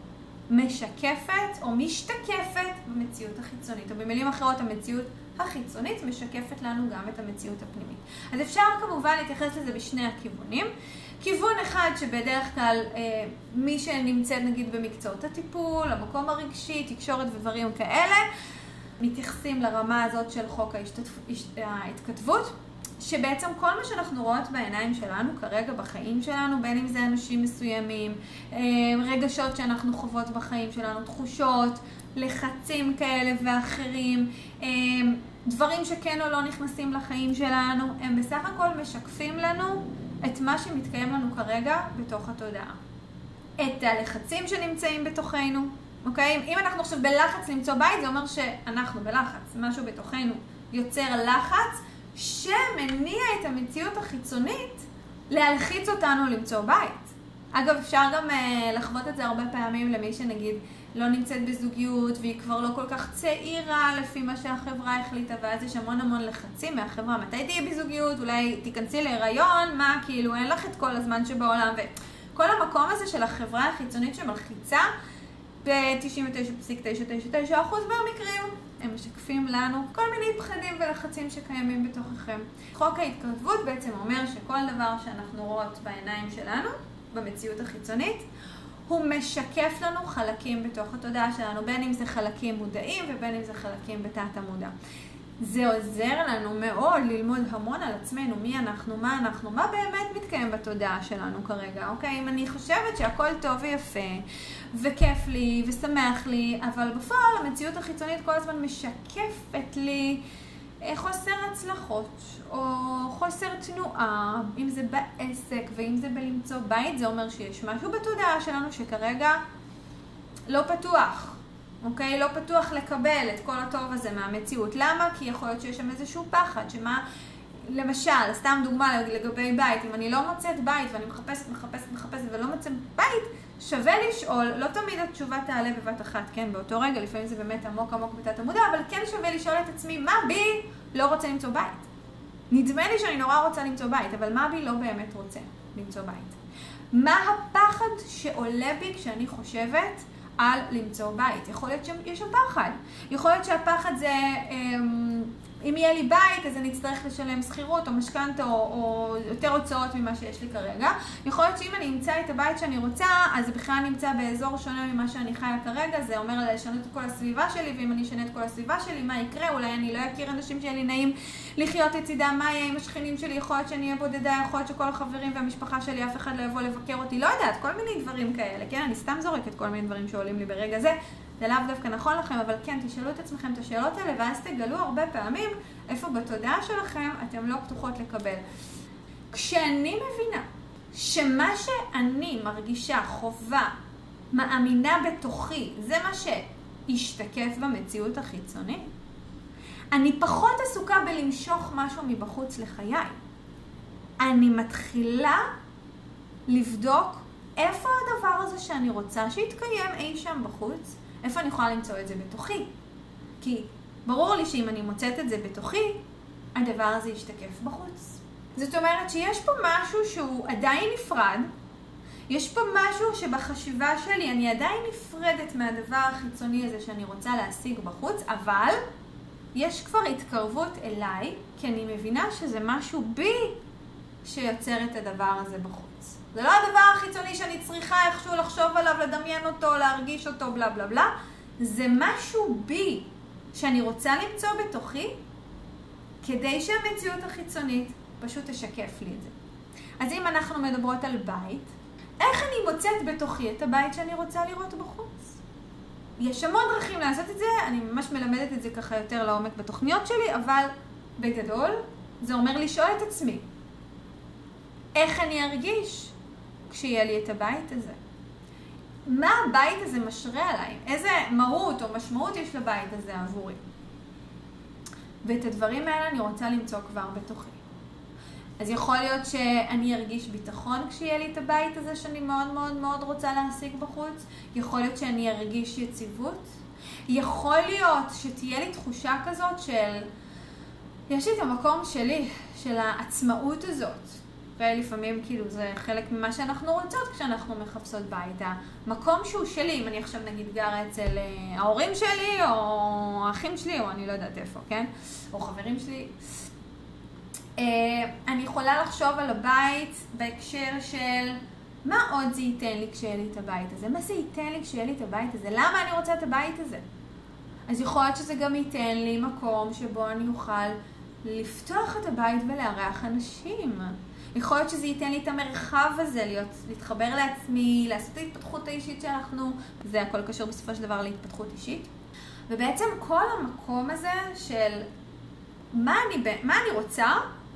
משקפת או משתקפת במציאות החיצונית, או במילים אחרות המציאות החיצונית משקפת לנו גם את המציאות הפנימית. אז אפשר כמובן להתייחס לזה בשני הכיוונים. כיוון אחד שבדרך כלל מי שנמצאת נגיד במקצועות הטיפול, המקום הרגשי, תקשורת ודברים כאלה, מתייחסים לרמה הזאת של חוק ההתכתבות, שבעצם כל מה שאנחנו רואות בעיניים שלנו כרגע בחיים שלנו, בין אם זה אנשים מסוימים, רגשות שאנחנו חוות בחיים שלנו, תחושות, לחצים כאלה ואחרים, דברים שכן או לא נכנסים לחיים שלנו, הם בסך הכל משקפים לנו את מה שמתקיים לנו כרגע בתוך התודעה. את הלחצים שנמצאים בתוכנו, אוקיי? אם אנחנו עכשיו בלחץ למצוא בית, זה אומר שאנחנו בלחץ, משהו בתוכנו יוצר לחץ, שמניע את המציאות החיצונית להלחיץ אותנו למצוא בית. אגב, אפשר גם לחוות את זה הרבה פעמים למי שנגיד לא נמצאת בזוגיות והיא כבר לא כל כך צעירה לפי מה שהחברה החליטה, ואז יש המון לחצים מהחברה. מתי תהיי בזוגיות? אולי תיכנסי להיריון? מה? כאילו אין לך את כל הזמן שבעולם. וכל המקום הזה של החברה החיצונית שמלחיצה ב-99.999% מהמקרים הם משקפים לנו כל מיני פחדים ולחצים שקיימים בתוככם. חוק ההתכתבות בעצם אומר שכל דבר שאנחנו רואות בעיניים שלנו, במציאות החיצונית, הוא משקף לנו חלקים בתוך התודעה שלנו, בין אם זה חלקים מודעים ובין אם זה חלקים בתת המודע. זה עוזר לנו מאוד ללמוד המון על עצמנו, מי אנחנו, מה באמת מתקיים בתודעה שלנו כרגע, אוקיי? אם אני חושבת שהכל טוב ויפה, וכיף לי, ושמח לי, אבל בפועל המציאות החיצונית כל הזמן משקפת לי חוסר הצלחות, או חוסר תנועה, אם זה בעסק, ואם זה בלמצוא בית, זה אומר שיש משהו בתודעה שלנו שכרגע לא פתוח. אוקיי? לא פתוח לקבל את כל הטוב הזה מהמציאות. למה? כי יכול להיות שיש שם איזשהו פחד, שמה, למשל, סתם דוגמה לגבי בית, אם אני לא מוצאת בית ואני מחפשת ולא מוצאת בית, שווה לשאול, לא תמיד התשובה תעלה בבת אחת, כן, באותו רגע, לפעמים זה באמת עמוק בתת המודע, אבל כן שווה לשאול את עצמי, מה בי לא רוצה למצוא בית? נדמה לי שאני נורא רוצה למצוא בית, אבל מה בי לא באמת רוצה למצוא בית? מה הפחד שעולה בי כשאני חושבת על למצוא בית? יכול להיות שיש שם פחד. יכול להיות שהפחד זה, אם יהיה לי בית, אז אני אצטרך לשלם שכירות או משכנתא או יותר הוצאות ממה שיש לי כרגע. יכול להיות שאם אני אמצא את הבית שאני רוצה, אז זה בכלל נמצא באזור שונה ממה שאני חיה כרגע. זה אומר לשנות את כל הסביבה שלי, ואם אני אשנה את כל הסביבה שלי, מה יקרה? אולי אני לא אכיר אנשים שיהיה לי נעים לחיות לצידם, מה יהיה עם השכנים שלי? יכול להיות שאני אהיה בודדה, יכול להיות שכל החברים והמשפחה שלי, אף אחד לא יבוא לבקר אותי. לא יודעת, כל מיני דברים כאלה. כן, אני סתם זורקת כל מיני דברים שעולים לי ברגע זה. זה לאו דווקא נכון לכם, אבל כן, תשאלו את עצמכם את השאלות האלה, ואז תגלו הרבה פעמים איפה בתודעה שלכם אתם לא פתוחות לקבל. כשאני מבינה שמה שאני מרגישה, חובה, מאמינה בתוכי, זה מה שישתקף במציאות החיצונית, אני פחות עסוקה בלמשוך משהו מבחוץ לחיי. אני מתחילה לבדוק איפה הדבר הזה שאני רוצה שיתקיים אי שם בחוץ, איפה אני יכולה למצוא את זה בתוכי. כי ברור לי שאם אני מוצאת את זה בתוכי, הדבר הזה ישתקף בחוץ. זאת אומרת שיש פה משהו שהוא עדיין נפרד, יש פה משהו שבחשיבה שלי אני עדיין נפרדת מהדבר החיצוני הזה שאני רוצה להשיג בחוץ, אבל יש כבר התקרבות אליי, כי אני מבינה שזה משהו בי שיוצר את הדבר הזה בחוץ. זה לא הדבר החיצוני שאני צריכה איכשהו לחשוב עליו, לדמיין אותו, להרגיש אותו, בלה בלה בלה. זה משהו בי שאני רוצה למצוא בתוכי, כדי שהמציאות החיצונית פשוט תשקף לי את זה. אז אם אנחנו מדברות על בית, איך אני מוצאת בתוכי את הבית שאני רוצה לראות בחוץ? יש המון דרכים לעשות את זה, אני ממש מלמדת את זה ככה יותר לעומק בתוכניות שלי, אבל בגדול זה אומר לשאול את עצמי, איך אני ארגיש כשיהיה לי את הבית הזה? מה הבית הזה משרה עליי? איזה מהות או משמעות יש לבית הזה עבורי? ואת הדברים האלה אני רוצה למצוא כבר בתוכי. אז יכול להיות שאני ארגיש ביטחון כשיהיה לי את הבית הזה שאני מאוד מאוד מאוד רוצה להשיג בחוץ. יכול להיות שאני ארגיש יציבות. יכול להיות שתהיה לי תחושה כזאת של, יש לי את המקום שלי, של העצמאות הזאת. ולפעמים כאילו זה חלק ממה שאנחנו רוצות כשאנחנו מחפשות בית. המקום שהוא שלי, אם אני עכשיו נגיד גרה אצל ההורים שלי או האחים שלי או אני לא יודעת איפה, כן? או חברים שלי. אני יכולה לחשוב על הבית בהקשר של מה עוד זה ייתן לי כשיהיה לי את הבית הזה? מה זה ייתן לי כשיהיה לי את הבית הזה? למה אני רוצה את הבית הזה? אז יכול להיות שזה גם ייתן לי מקום שבו אני אוכל לפתוח את הבית ולארח אנשים. יכול להיות שזה ייתן לי את המרחב הזה, להתחבר לעצמי, לעשות את ההתפתחות האישית שאנחנו, זה הכל קשור בסופו של דבר להתפתחות אישית. ובעצם כל המקום הזה של מה אני רוצה,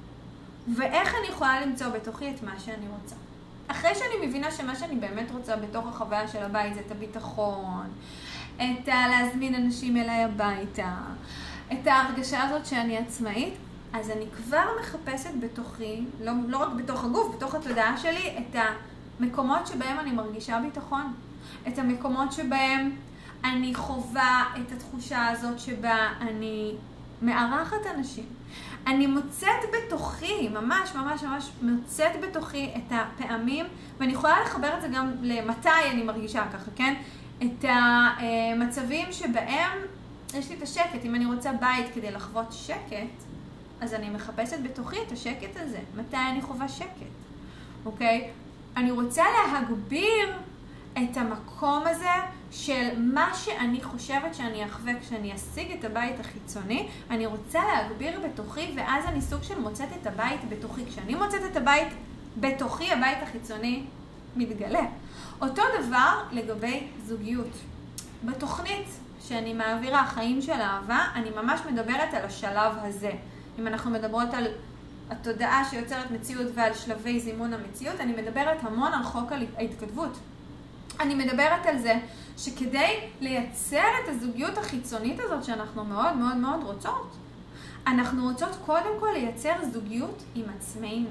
ואיך אני יכולה למצוא בתוכי את מה שאני רוצה. אחרי שאני מבינה שמה שאני באמת רוצה בתוך החוויה של הבית זה את הביטחון, את להזמין אנשים אליי הביתה, את ההרגשה הזאת שאני עצמאית, אז אני כבר מחפשת בתוכי, לא רק בתוך הגוף, בתוך התודעה שלי, את המקומות שבהם אני מרגישה ביטחון. את המקומות שבהם אני חווה את התחושה הזאת שבה אני מארחת אנשים. אני מוצאת בתוכי, ממש מוצאת בתוכי את הפעמים, ואני יכולה לחבר את זה גם למתי אני מרגישה ככה, כן? את המצבים שבהם יש לי את השקט. אם אני רוצה בית כדי לחוות שקט, אז אני מחפשת בתוכי את השקט הזה. מתי אני חווה שקט? אוקיי? אני רוצה להגביר את המקום הזה של מה שאני חושבת שאני אחווה כשאני אשיג את הבית החיצוני, אני רוצה להגביר בתוכי, ואז אני סוג של מוצאת את הבית בתוכי. כשאני מוצאת את הבית בתוכי, הבית החיצוני מתגלה. אותו דבר לגבי זוגיות. בתוכנית שאני מעבירה חיים של אהבה, אני ממש מדברת על השלב הזה. אם אנחנו מדברות על התודעה שיוצרת מציאות ועל שלבי זימון המציאות, אני מדברת המון על חוק ההתכתבות. אני מדברת על זה שכדי לייצר את הזוגיות החיצונית הזאת שאנחנו מאוד מאוד מאוד רוצות, אנחנו רוצות קודם כל לייצר זוגיות עם עצמנו.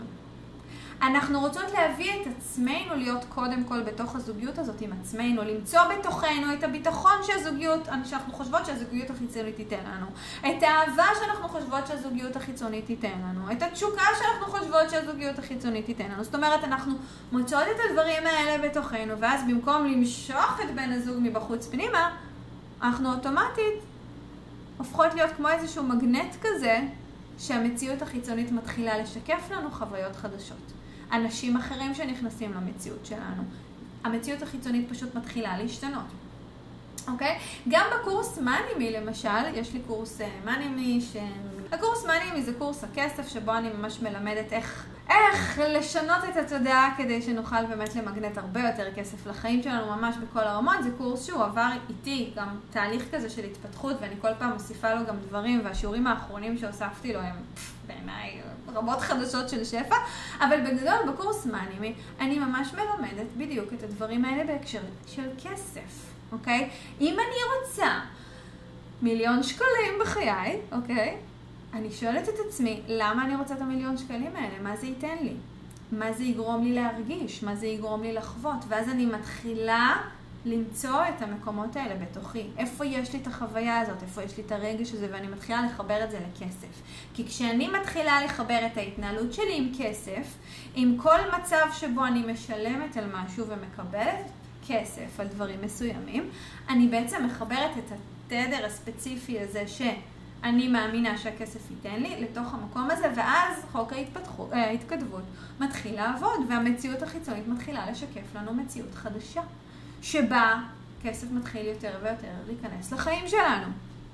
אנחנו רוצות להביא את עצמנו להיות קודם כל בתוך הזוגיות הזאת עם עצמנו, למצוא בתוכנו את הביטחון שאנחנו חושבות שהזוגיות החיצונית תיתן לנו, את האהבה שאנחנו חושבות שהזוגיות החיצונית תיתן לנו, את התשוקה שאנחנו חושבות שהזוגיות החיצונית תיתן לנו. זאת אומרת, אנחנו מוצאות את הדברים האלה בתוכנו, ואז במקום למשוך את בן הזוג מבחוץ פנימה, אנחנו אוטומטית הופכות להיות כמו איזשהו מגנט כזה, שהמציאות החיצונית מתחילה לשקף לנו חוויות חדשות. אנשים אחרים שנכנסים למציאות שלנו. המציאות החיצונית פשוט מתחילה להשתנות. אוקיי? גם בקורס מנימי למשל, יש לי קורס מנימי, הקורס מנימי זה קורס הכסף, שבו אני ממש מלמדת איך לשנות את התודעה כדי שנוכל באמת למגנט הרבה יותר כסף לחיים שלנו ממש בכל הרמות. זה קורס שהוא עבר איתי גם תהליך כזה של התפתחות, ואני כל פעם מוסיפה לו גם דברים, והשיעורים האחרונים שהוספתי לו הם בעיניי רבות חדשות של שפע, אבל בגדול בקורס מנימי אני ממש מלמדת בדיוק את הדברים האלה בהקשר של כסף, אוקיי? אם אני רוצה 1,000,000 שקלים בחיי, אוקיי? אני שואלת את עצמי, למה אני רוצה את 1,000,000 שקלים האלה? מה זה ייתן לי? מה זה יגרום לי להרגיש? מה זה יגרום לי לחוות? ואז אני מתחילה למצוא את המקומות האלה בתוכי. איפה יש לי את החוויה הזאת? איפה יש לי את הרגש הזה? ואני מתחילה לחבר את זה לכסף. כי כשאני מתחילה לחבר את ההתנהלות שלי עם כסף, עם כל מצב שבו אני משלמת על משהו ומקבלת כסף על דברים מסוימים, אני בעצם מחברת את התדר הספציפי הזה שאני מאמינה שהכסף ייתן לי לתוך המקום הזה, ואז חוק ההתכתבות מתחיל לעבוד, והמציאות החיצונית מתחילה לשקף לנו מציאות חדשה, שבה כסף מתחיל יותר ויותר להיכנס לחיים שלנו.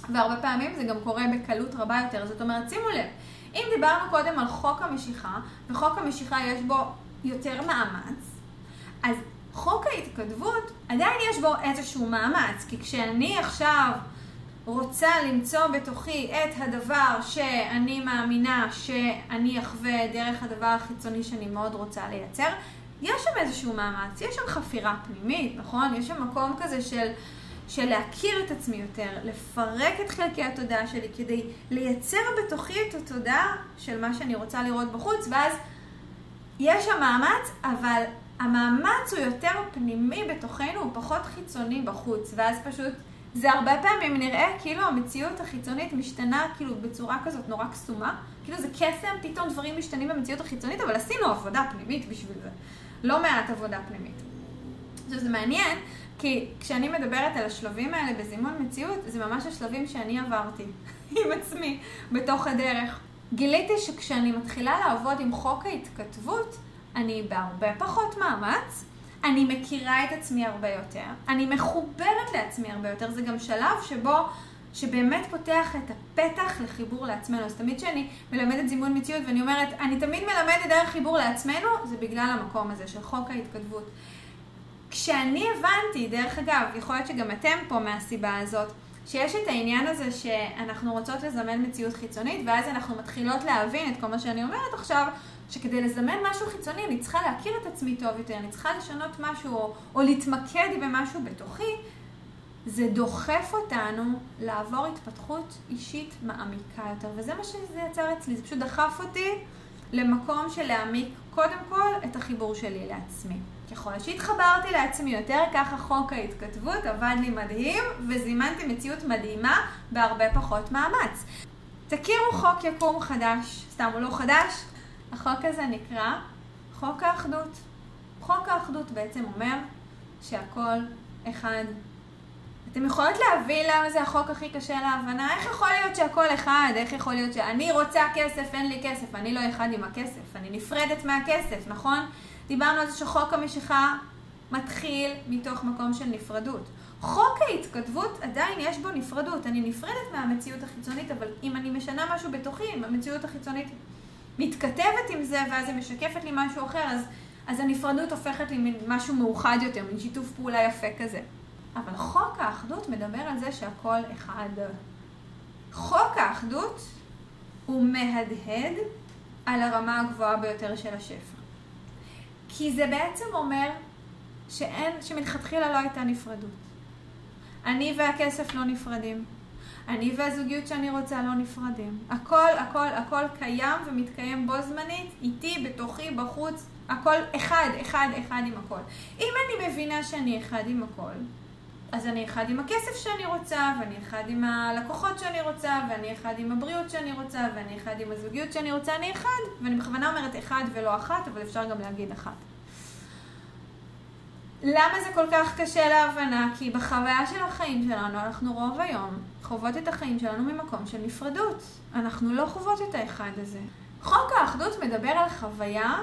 והרבה פעמים זה גם קורה בקלות רבה יותר. זאת אומרת, שימו לב, אם דיברנו קודם על חוק המשיכה, וחוק המשיכה יש בו יותר מאמץ, אז חוק ההתכתבות עדיין יש בו איזשהו מאמץ, כי כשאני עכשיו רוצה למצוא בתוכי את הדבר שאני מאמינה שאני אחווה דרך הדבר החיצוני שאני מאוד רוצה לייצר, יש שם איזשהו מאמץ, יש שם חפירה פנימית, נכון? יש שם מקום כזה של להכיר את עצמי יותר, לפרק את חלקי התודעה שלי כדי לייצר בתוכי את התודעה של מה שאני רוצה לראות בחוץ, ואז יש שם מאמץ, אבל המאמץ הוא יותר פנימי בתוכנו, הוא פחות חיצוני בחוץ, ואז פשוט זה הרבה פעמים נראה כאילו המציאות החיצונית משתנה כאילו בצורה כזאת נורא קסומה, כאילו זה קסם, פתאום דברים משתנים במציאות החיצונית, אבל עשינו עבודה פנימית בשביל זה, לא מעט עבודה פנימית. זה מעניין, כי כשאני מדברת על השלבים האלה בזימון מציאות, זה ממש השלבים שאני עברתי עם עצמי בתוך הדרך. גיליתי שכשאני מתחילה לעבוד עם חוק ההתכתבות, אני בהרבה פחות מאמץ, אני מכירה את עצמי הרבה יותר, אני מחוברת לעצמי הרבה יותר, זה גם שלב שבאמת פותח את הפתח לחיבור לעצמנו. אז תמיד שאני מלמדת זימון מציאות ואני אומרת, אני תמיד מלמדת דרך חיבור לעצמנו, זה בגלל המקום הזה של חוק ההתכתבות. כשאני הבנתי, דרך אגב, יכול להיות שגם אתם פה מהסיבה הזאת, שיש את העניין הזה שאנחנו רוצות לזמן מציאות חיצונית, ואז אנחנו מתחילות להבין את כל מה שאני אומרת עכשיו, שכדי לזמן משהו חיצוני, אני צריכה להכיר את עצמי טוב יותר, אני צריכה לשנות משהו, או להתמקד במשהו בתוכי, זה דוחף אותנו לעבור התפתחות אישית מעמיקה יותר, וזה מה שזה יצר אצלי, זה פשוט דחף אותי למקום של להעמיק קודם כל את החיבור שלי לעצמי. ככל שהתחברתי לעצמי יותר, ככה חוק ההתכתבות עבד לי מדהים, וזימנתי מציאות מדהימה בהרבה פחות מאמץ. תכירו חוק יקום חדש, סתם הוא לא חדש, החוק הזה נקרא חוק האחדות. חוק האחדות בעצם אומר שהכל אחד. אתם יכולות להבין למה זה החוק הכי קשה להבנה? איך יכול להיות שהכל אחד? איך יכול להיות שאני רוצה כסף, אין לי כסף, אני לא אחד עם הכסף, אני נפרדת מהכסף, נכון? דיברנו על זה שחוק המשיכה מתחיל מתוך מקום של נפרדות. חוק ההתכתבות עדיין יש בו נפרדות, אני נפרדת מהמציאות החיצונית, אבל אם אני משנה משהו בתוכי, אם המציאות החיצונית מתכתבת עם זה, ואז היא משקפת לי משהו אחר, אז הנפרדות הופכת לי משהו מאוחד יותר, מין שיתוף פעולה יפה כזה. אבל חוק האחדות מדבר על זה שהכל אחד. חוק האחדות הוא מהדהד על הרמה הגבוהה ביותר של השפע. כי זה בעצם אומר שמלכתחילה לא הייתה נפרדות. אני והכסף לא נפרדים. אני והזוגיות שאני רוצה לא נפרדים. הכל קיים ומתקיים בו זמנית, איתי, בתוכי, בחוץ, הכל אחד עם הכל. אם אני מבינה שאני אחד עם הכל, אז אני אחד עם הכסף שאני רוצה, ואני אחד עם הלקוחות שאני רוצה, ואני אחד עם הבריאות שאני רוצה, ואני אחד עם הזוגיות שאני רוצה, אני אחד. ואני בכוונה אומרת אחד ולא אחת, אבל אפשר גם להגיד אחת. למה זה כל כך קשה להבנה? כי בחוויה של החיים שלנו, אנחנו רוב היום חוות את החיים שלנו ממקום של נפרדות. אנחנו לא חוות את האחד הזה. חוק האחדות מדבר על חוויה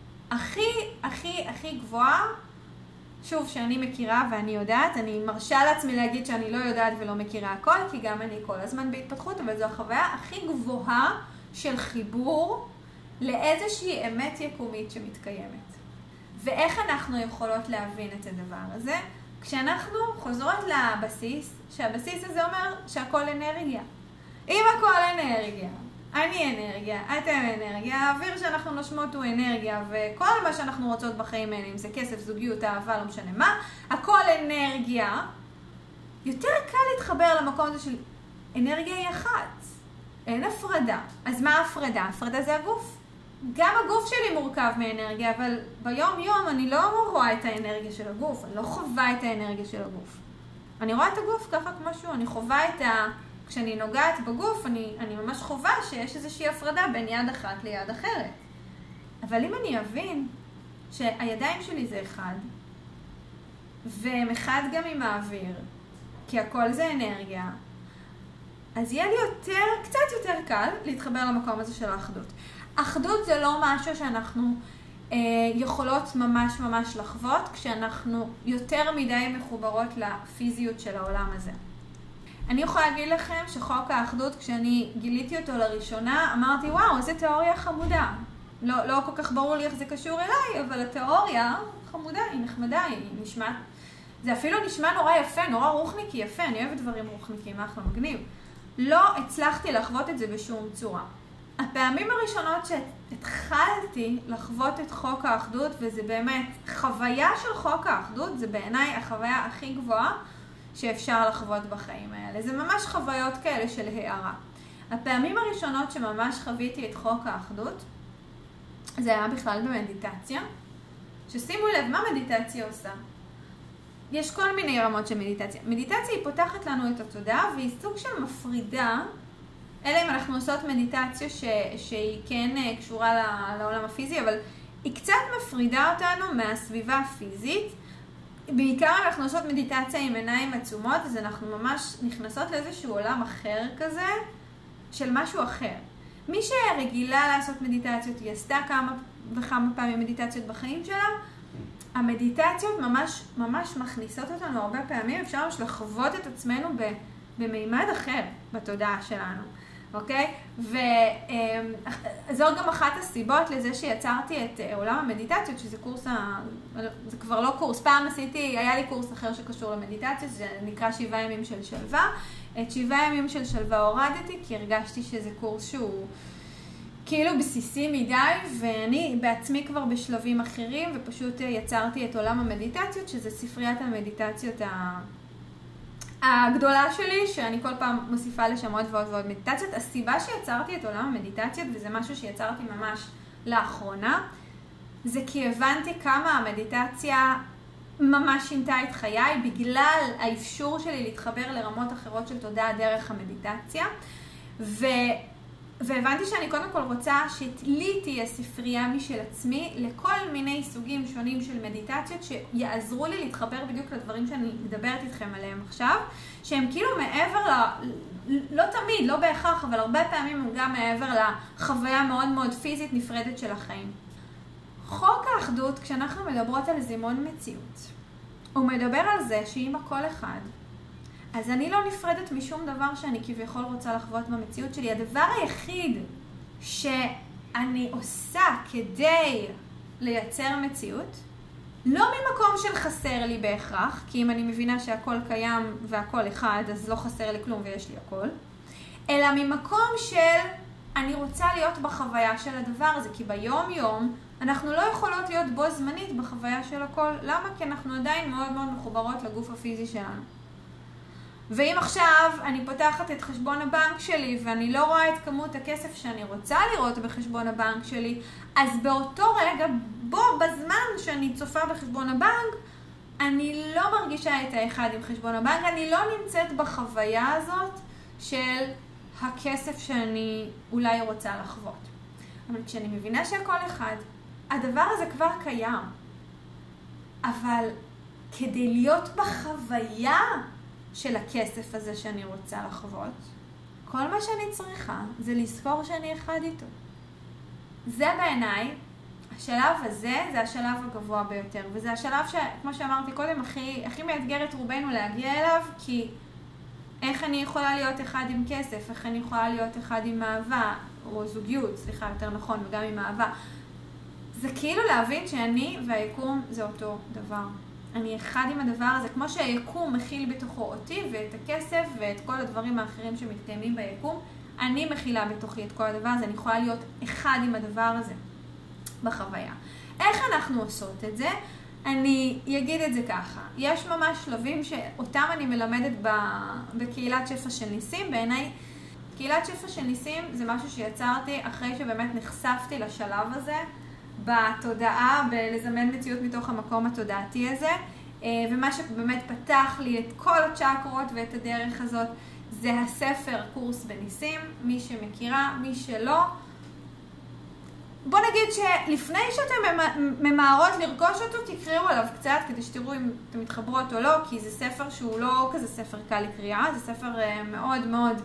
הכי גבוהה, שוב, שאני מכירה ואני יודעת, אני מרשה לעצמי להגיד שאני לא יודעת ולא מכירה הכל, כי גם אני כל הזמן בהתפתחות, אבל זו החוויה הכי גבוהה של חיבור לאיזושהי אמת יקומית שמתקיימת. ואיך אנחנו יכולות להבין את הדבר הזה? כשאנחנו חוזרות לבסיס, שהבסיס הזה אומר שהכל אנרגיה. אם הכל אנרגיה, אני אנרגיה, אתם אנרגיה, האוויר שאנחנו נושמות הוא אנרגיה, וכל מה שאנחנו רוצות בחיים האלה, אם זה כסף, זוגיות, אהבה, לא משנה מה, הכל אנרגיה. יותר קל להתחבר למקום הזה של אנרגיה היא אחת. אין הפרדה. אז מה ההפרדה? ההפרדה זה הגוף. גם הגוף שלי מורכב מאנרגיה, אבל ביום יום אני לא רואה את האנרגיה של הגוף, אני לא חווה את האנרגיה של הגוף. אני רואה את הגוף ככה כמו שהוא, אני חווה כשאני נוגעת בגוף, אני ממש חווה שיש איזושהי הפרדה בין יד אחת ליד אחרת. אבל אם אני אבין שהידיים שלי זה אחד, והם אחד גם עם האוויר, כי הכל זה אנרגיה, אז יהיה לי קצת יותר קל להתחבר למקום הזה של האחדות. אחדות זה לא משהו שאנחנו יכולות ממש לחוות, כשאנחנו יותר מדי מחוברות לפיזיות של העולם הזה. אני יכולה להגיד לכם שחוק האחדות, כשאני גיליתי אותו לראשונה, אמרתי, וואו, איזה תיאוריה חמודה. לא כל כך ברור לי איך זה קשור אליי, אבל התיאוריה חמודה, היא נחמדה, היא נשמעת. זה אפילו נשמע נורא יפה, נורא רוחניקי יפה, אני אוהבת דברים רוחניקים, אחלה מגניב. לא הצלחתי לחוות את זה בשום צורה. הפעמים הראשונות שהתחלתי לחוות את חוק האחדות, וזה באמת חוויה של חוק האחדות, זה בעיניי החוויה הכי גבוהה שאפשר לחוות בחיים האלה. זה ממש חוויות כאלה של הערה. הפעמים הראשונות שממש חוויתי את חוק האחדות, זה היה בכלל במדיטציה, ששימו לב מה מדיטציה עושה. יש כל מיני רמות של מדיטציה. מדיטציה היא פותחת לנו את התודעה, והיא סוג של מפרידה, אלא אם אנחנו עושות מדיטציה שהיא כן קשורה לעולם הפיזי, אבל היא קצת מפרידה אותנו מהסביבה הפיזית. בעיקר אנחנו עושות מדיטציה עם עיניים עצומות, אז אנחנו ממש נכנסות לאיזשהו עולם אחר כזה, של משהו אחר. מי שרגילה לעשות מדיטציות, היא עשתה כמה וכמה פעמים מדיטציות בחיים שלה, המדיטציות ממש מכניסות אותנו הרבה פעמים, אפשר ממש לחוות את עצמנו במימד אחר בתודעה שלנו, אוקיי? וזו גם אחת הסיבות לזה שיצרתי את עולם המדיטציות, שזה קורס, זה כבר לא קורס, פעם היה לי קורס אחר שקשור למדיטציות, זה נקרא 7 ימים של שלווה. את 7 ימים של שלווה הורדתי, כי הרגשתי שזה קורס שהוא כאילו בסיסי מדי, ואני בעצמי כבר בשלבים אחרים, ופשוט יצרתי את עולם המדיטציות, שזה ספריית המדיטציות הגדולה שלי, שאני כל פעם מוסיפה לשם עוד ועוד ועוד מדיטציות. הסיבה שיצרתי את עולם המדיטציות, וזה משהו שיצרתי ממש לאחרונה, זה כי הבנתי כמה המדיטציה ממש שינתה את חיי, בגלל האפשור שלי להתחבר לרמות אחרות של תודעה דרך המדיטציה. והבנתי שאני קודם כל רוצה שלי תהיה ספרייה משל עצמי לכל מיני סוגים שונים של מדיטציות שיעזרו לי להתחבר בדיוק לדברים שאני מדברת איתכם עליהם עכשיו, שהם כאילו מעבר לא תמיד, לא בהכרח, אבל הרבה פעמים הם גם מעבר לחוויה מאוד מאוד פיזית נפרדת של החיים. חוק האחדות, כשאנחנו מדברות על זימון מציאות, הוא מדבר על זה שאם הכל אחד, אז אני לא נפרדת משום דבר שאני כביכול רוצה לחוות במציאות שלי. הדבר היחיד שאני עושה כדי לייצר מציאות, לא ממקום של חסר לי בהכרח, כי אם אני מבינה שהכל קיים והכל אחד, אז לא חסר לי כלום ויש לי הכל, אלא ממקום של אני רוצה להיות בחוויה של הדבר הזה, כי ביום יום אנחנו לא יכולות להיות בו זמנית בחוויה של הכל. למה? כי אנחנו עדיין מאוד מאוד מחוברות לגוף הפיזי שלנו. ואם עכשיו אני פותחת את חשבון הבנק שלי ואני לא רואה את כמות הכסף שאני רוצה לראות בחשבון הבנק שלי, אז באותו רגע, בזמן שאני צופה בחשבון הבנק, אני לא מרגישה את האחד עם חשבון הבנק, אני לא נמצאת בחוויה הזאת של הכסף שאני אולי רוצה לחוות. אבל כשאני מבינה שהכל אחד, הדבר הזה כבר קיים. אבל כדי להיות בחוויה של הכסף הזה שאני רוצה לחוות, כל מה שאני צריכה זה לזכור שאני אחד איתו. זה בעיניי, השלב הזה זה השלב הגבוה ביותר, וזה השלב שכמו שאמרתי קודם, הכי מאתגר את רובנו להגיע אליו, כי איך אני יכולה להיות אחד עם כסף, איך אני יכולה להיות אחד עם אהבה, או זוגיות, סליחה, יותר נכון, וגם עם אהבה. זה כאילו להבין שאני והיקום זה אותו דבר. אני אחד עם הדבר הזה, כמו שהיקום מכיל בתוכו אותי ואת הכסף ואת כל הדברים האחרים שמתקיימים ביקום, אני מכילה בתוכי את כל הדבר הזה, אני יכולה להיות אחד עם הדבר הזה בחוויה. איך אנחנו עושות את זה? אני אגיד את זה ככה, יש ממש שלבים שאותם אני מלמדת בקהילת שפע של ניסים. בעיניי, קהילת שפע של ניסים זה משהו שיצרתי אחרי שבאמת נחשפתי לשלב הזה, בתודעה, בלזמן מציאות מתוך המקום התודעתי הזה, ומה שבאמת פתח לי את כל הצ'קרות ואת הדרך הזאת, זה הספר קורס בניסים, מי שמכירה, מי שלא. בוא נגיד שלפני שאתם ממהרות לרכוש אותו, תקראו עליו קצת כדי שתראו אם אתם מתחברות או לא, כי זה ספר שהוא לא כזה ספר קל לקריאה, זה ספר מאוד מאוד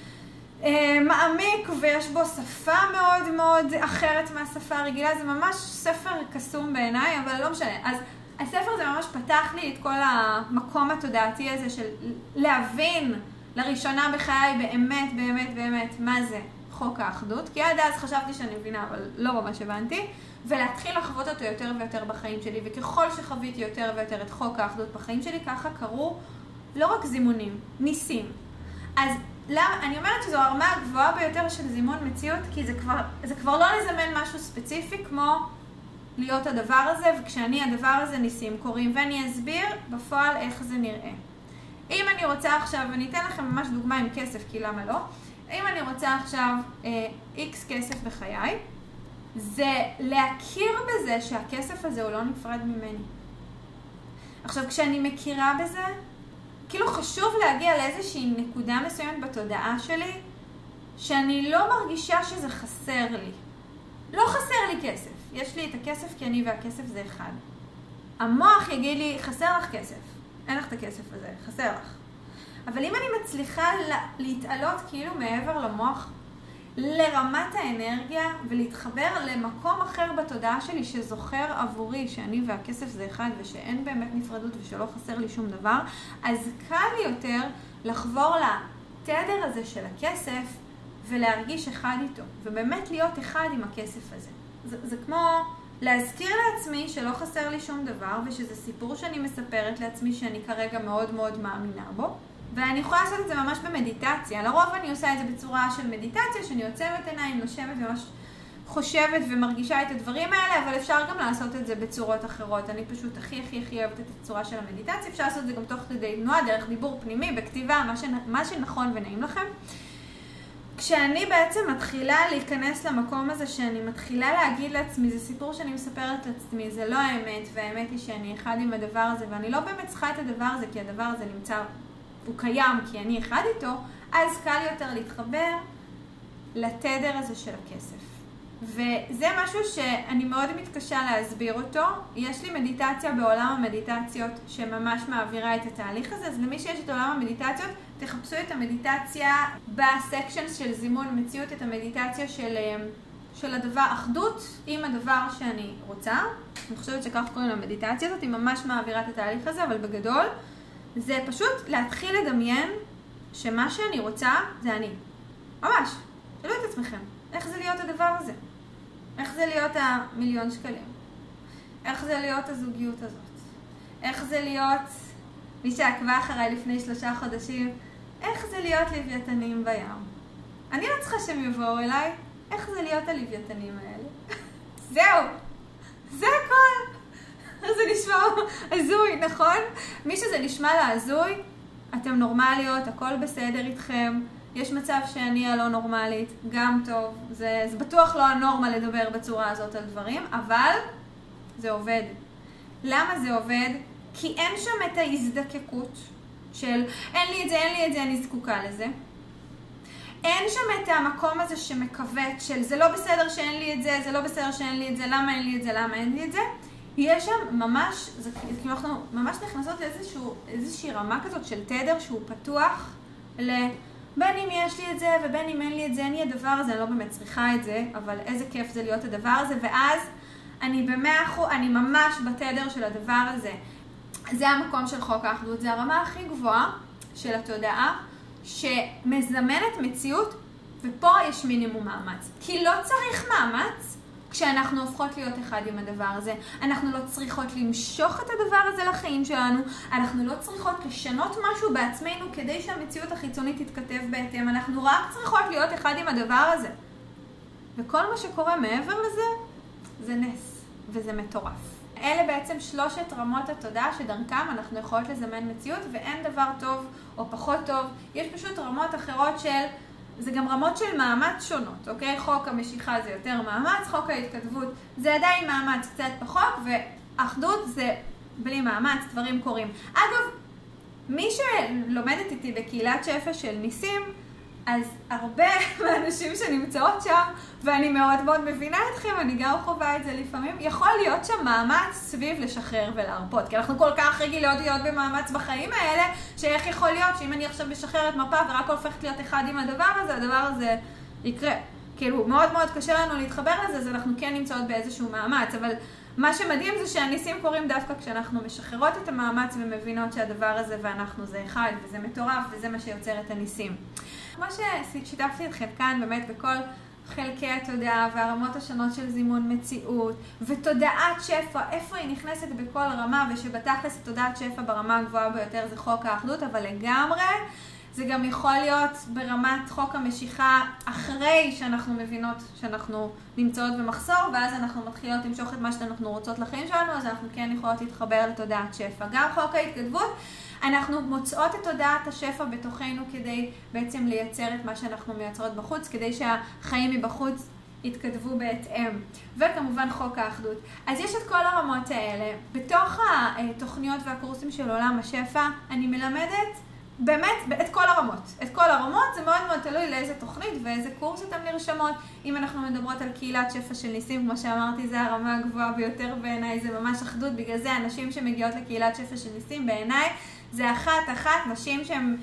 מעמיק, ויש בו שפה מאוד מאוד אחרת מהשפה הרגילה. זה ממש ספר קסום בעיניי, אבל לא משנה. אז הספר זה ממש פתח לי את כל המקום התודעתי הזה של להבין לראשונה בחיי באמת, באמת, באמת, מה זה חוק האחדות, כי עד אז חשבתי שאני מבינה, אבל לא ממש הבנתי, ולהתחיל לחוות אותו יותר ויותר בחיים שלי, וככל שחוויתי יותר ויותר את חוק האחדות בחיים שלי, ככה קרו לא רק זימונים, ניסים. אז אני אומרת שזו הרמה הגבוהה ביותר של זימון מציאות, כי זה כבר לא לזמן משהו ספציפי כמו להיות הדבר הזה, וכשאני הדבר הזה ניסים קורים, ואני אסביר בפועל איך זה נראה. אם אני רוצה עכשיו, ואני אתן לכם ממש דוגמה עם כסף, כי למה לא? אם אני רוצה עכשיו X כסף בחיי, זה להכיר בזה שהכסף הזה הוא לא נפרד ממני. עכשיו, כשאני מכירה בזה, כאילו חשוב להגיע לאיזושהי נקודה מסוימת בתודעה שלי, שאני לא מרגישה שזה חסר לי. לא חסר לי כסף. יש לי את הכסף כי אני והכסף זה אחד. המוח יגיד לי, חסר לך כסף. אין לך את הכסף הזה, חסר לך. אבל אם אני מצליחה להתעלות כאילו מעבר למוח, לרמת האנרגיה ולהתחבר למקום אחר בתודעה שלי שזוכר עבורי שאני והכסף זה אחד ושאין באמת נפרדות ושלא חסר לי שום דבר, אז קל לי יותר לחבור לתדר הזה של הכסף ולהרגיש אחד איתו, ובאמת להיות אחד עם הכסף הזה. זה כמו להזכיר לעצמי שלא חסר לי שום דבר, ושזה סיפור שאני מספרת לעצמי שאני כרגע מאוד מאוד מאמינה בו. ואני יכולה לעשות את זה ממש במדיטציה. לרוב אני עושה את זה בצורה של מדיטציה, שאני עוצמת עיניים, נושמת וממש חושבת ומרגישה את הדברים האלה, אבל אפשר גם לעשות את זה בצורות אחרות. אני פשוט הכי אוהבת את הצורה של המדיטציה. אפשר לעשות את זה גם תוך כדי תנועה, דרך דיבור פנימי, בכתיבה, מה שנכון ונעים לכם. כשאני בעצם מתחילה להיכנס למקום הזה, שאני מתחילה להגיד לעצמי, זה סיפור שאני מספרת לעצמי, זה לא האמת, והאמת היא שאני אחד עם הדבר הזה, ואני לא באמת צריכה את הדבר הזה, כי הדבר הזה נמצא, הוא קיים, כי אני אחד איתו, אז קל יותר להתחבר לתדר הזה של הכסף. וזה משהו שאני מאוד מתקשה להסביר אותו. יש לי מדיטציה בעולם המדיטציות שממש מעבירה את התהליך הזה, אז למי שיש את עולם המדיטציות, תחפשו את המדיטציה בסקשן של זימון מציאות, את המדיטציה של הדבר, אחדות עם הדבר שאני רוצה. אני חושבת שכך קוראים למדיטציה הזאת, היא ממש מעבירה את התהליך הזה, אבל בגדול זה פשוט להתחיל לדמיין שמה שאני רוצה זה אני. ממש, תשאלו את עצמכם, איך זה להיות הדבר הזה? איך זה להיות ה1,000,000 שקלים? איך זה להיות הזוגיות הזאת? איך זה להיות, מי שעקבה אחריי לפני 3 חודשים, איך זה להיות לוויתנים בים? אני לא צריכה שהם יבואו אליי, איך זה להיות הלוויתנים האלה? זהו, זה הכל. זה נשמע הזוי, נכון? מי שזה נשמע להזוי, אתם נורמליות, הכל בסדר איתכם. יש מצב שאני הלא נורמלית, גם טוב, זה בטוח לא הנורמה לדבר בצורה הזאת על דברים, אבל זה עובד. למה זה עובד? כי אין שם את ההזדקקות של אין לי את זה, אין לי את זה, אני זקוקה לזה. אין שם את המקום הזה שמקוות של זה לא בסדר שאין לי את זה, זה לא בסדר שאין לי את זה, למה אין לי את זה, למה אין לי את זה. יש שם ממש, זה כאילו אנחנו ממש נכנסות לאיזושהי רמה כזאת של תדר שהוא פתוח בין אם יש לי את זה ובין אם אין לי את זה, אני הדבר הזה, אני לא באמת צריכה את זה, אבל איזה כיף זה להיות הדבר הזה, ואז אני אני ממש בתדר של הדבר הזה. זה המקום של חוק האחדות, זה הרמה הכי גבוהה של התודעה, שמזמנת מציאות, ופה יש מינימום מאמץ. כי לא צריך מאמץ כשאנחנו הופכות להיות אחד עם הדבר הזה. אנחנו לא צריכות למשוך את הדבר הזה לחיים שלנו, אנחנו לא צריכות לשנות משהו בעצמנו כדי שהמציאות החיצונית תתכתב בהתאם, אנחנו רק צריכות להיות אחד עם הדבר הזה. וכל מה שקורה מעבר לזה, זה נס, וזה מטורף. אלה בעצם 3 רמות התודעה שדרכם אנחנו יכולות לזמן מציאות, ואין דבר טוב או פחות טוב, יש פשוט רמות אחרות זה גם רמות של מאמץ שונות, אוקיי? חוק המשיכה זה יותר מאמץ, חוק ההתכתבות זה עדיין מאמץ קצת פחות, ואחדות זה בלי מאמץ, דברים קורים. אגב, מי שלומדת איתי בקהילת שפע של ניסים, אז הרבה מהאנשים שנמצאות שם, ואני מאוד מאוד מבינה אתכם, אני גם חווה את זה לפעמים, יכול להיות שם מאמץ סביב לשחרר ולהרפות, כי אנחנו כל כך רגילות להיות במאמץ בחיים האלה, שאיך יכול להיות שאם אני עכשיו משחררת מפה ורק הופכת להיות אחד עם הדבר הזה, הדבר הזה יקרה. כאילו, מאוד מאוד קשה לנו להתחבר לזה, אז אנחנו כן נמצאות באיזשהו מאמץ, אבל מה שמדהים זה שהניסים קורים דווקא כשאנחנו משחררות את המאמץ ומבינות שהדבר הזה ואנחנו זה אחד, וזה מטורף, וזה מה שיוצר את הניסים. כמו ששיתפתי אתכם כאן באמת בכל חלקי התודעה והרמות השונות של זימון מציאות, ותודעת שפע, איפה היא נכנסת בכל רמה, ושבתכלס תודעת שפע ברמה הגבוהה ביותר זה חוק האחדות, אבל לגמרי זה גם יכול להיות ברמת חוק המשיכה אחרי שאנחנו מבינות שאנחנו נמצאות במחסור, ואז אנחנו מתחילות למשוך את מה שאנחנו רוצות לחיים שלנו, אז אנחנו כן יכולות להתחבר לתודעת שפע. גם חוק ההתכתבות, אנחנו מוצאות את תודעת השפע בתוכנו כדי בעצם לייצר את מה שאנחנו מייצרות בחוץ, כדי שהחיים מבחוץ יתכתבו בהתאם. וכמובן חוק האחדות. אז יש את כל הרמות האלה. בתוך התוכניות והקורסים של עולם השפע, אני מלמדת באמת את כל הרמות. את כל הרמות זה מאוד מאוד תלוי לאיזה תוכנית ואיזה קורס אתם נרשמות. אם אנחנו מדברות על קהילת שפע של ניסים, כמו שאמרתי, זה הרמה הגבוהה ביותר בעיניי, זה ממש אחדות. בגלל זה אנשים שמגיעות לקהילת שפע של ניסים בעיניי, זה אחת נשים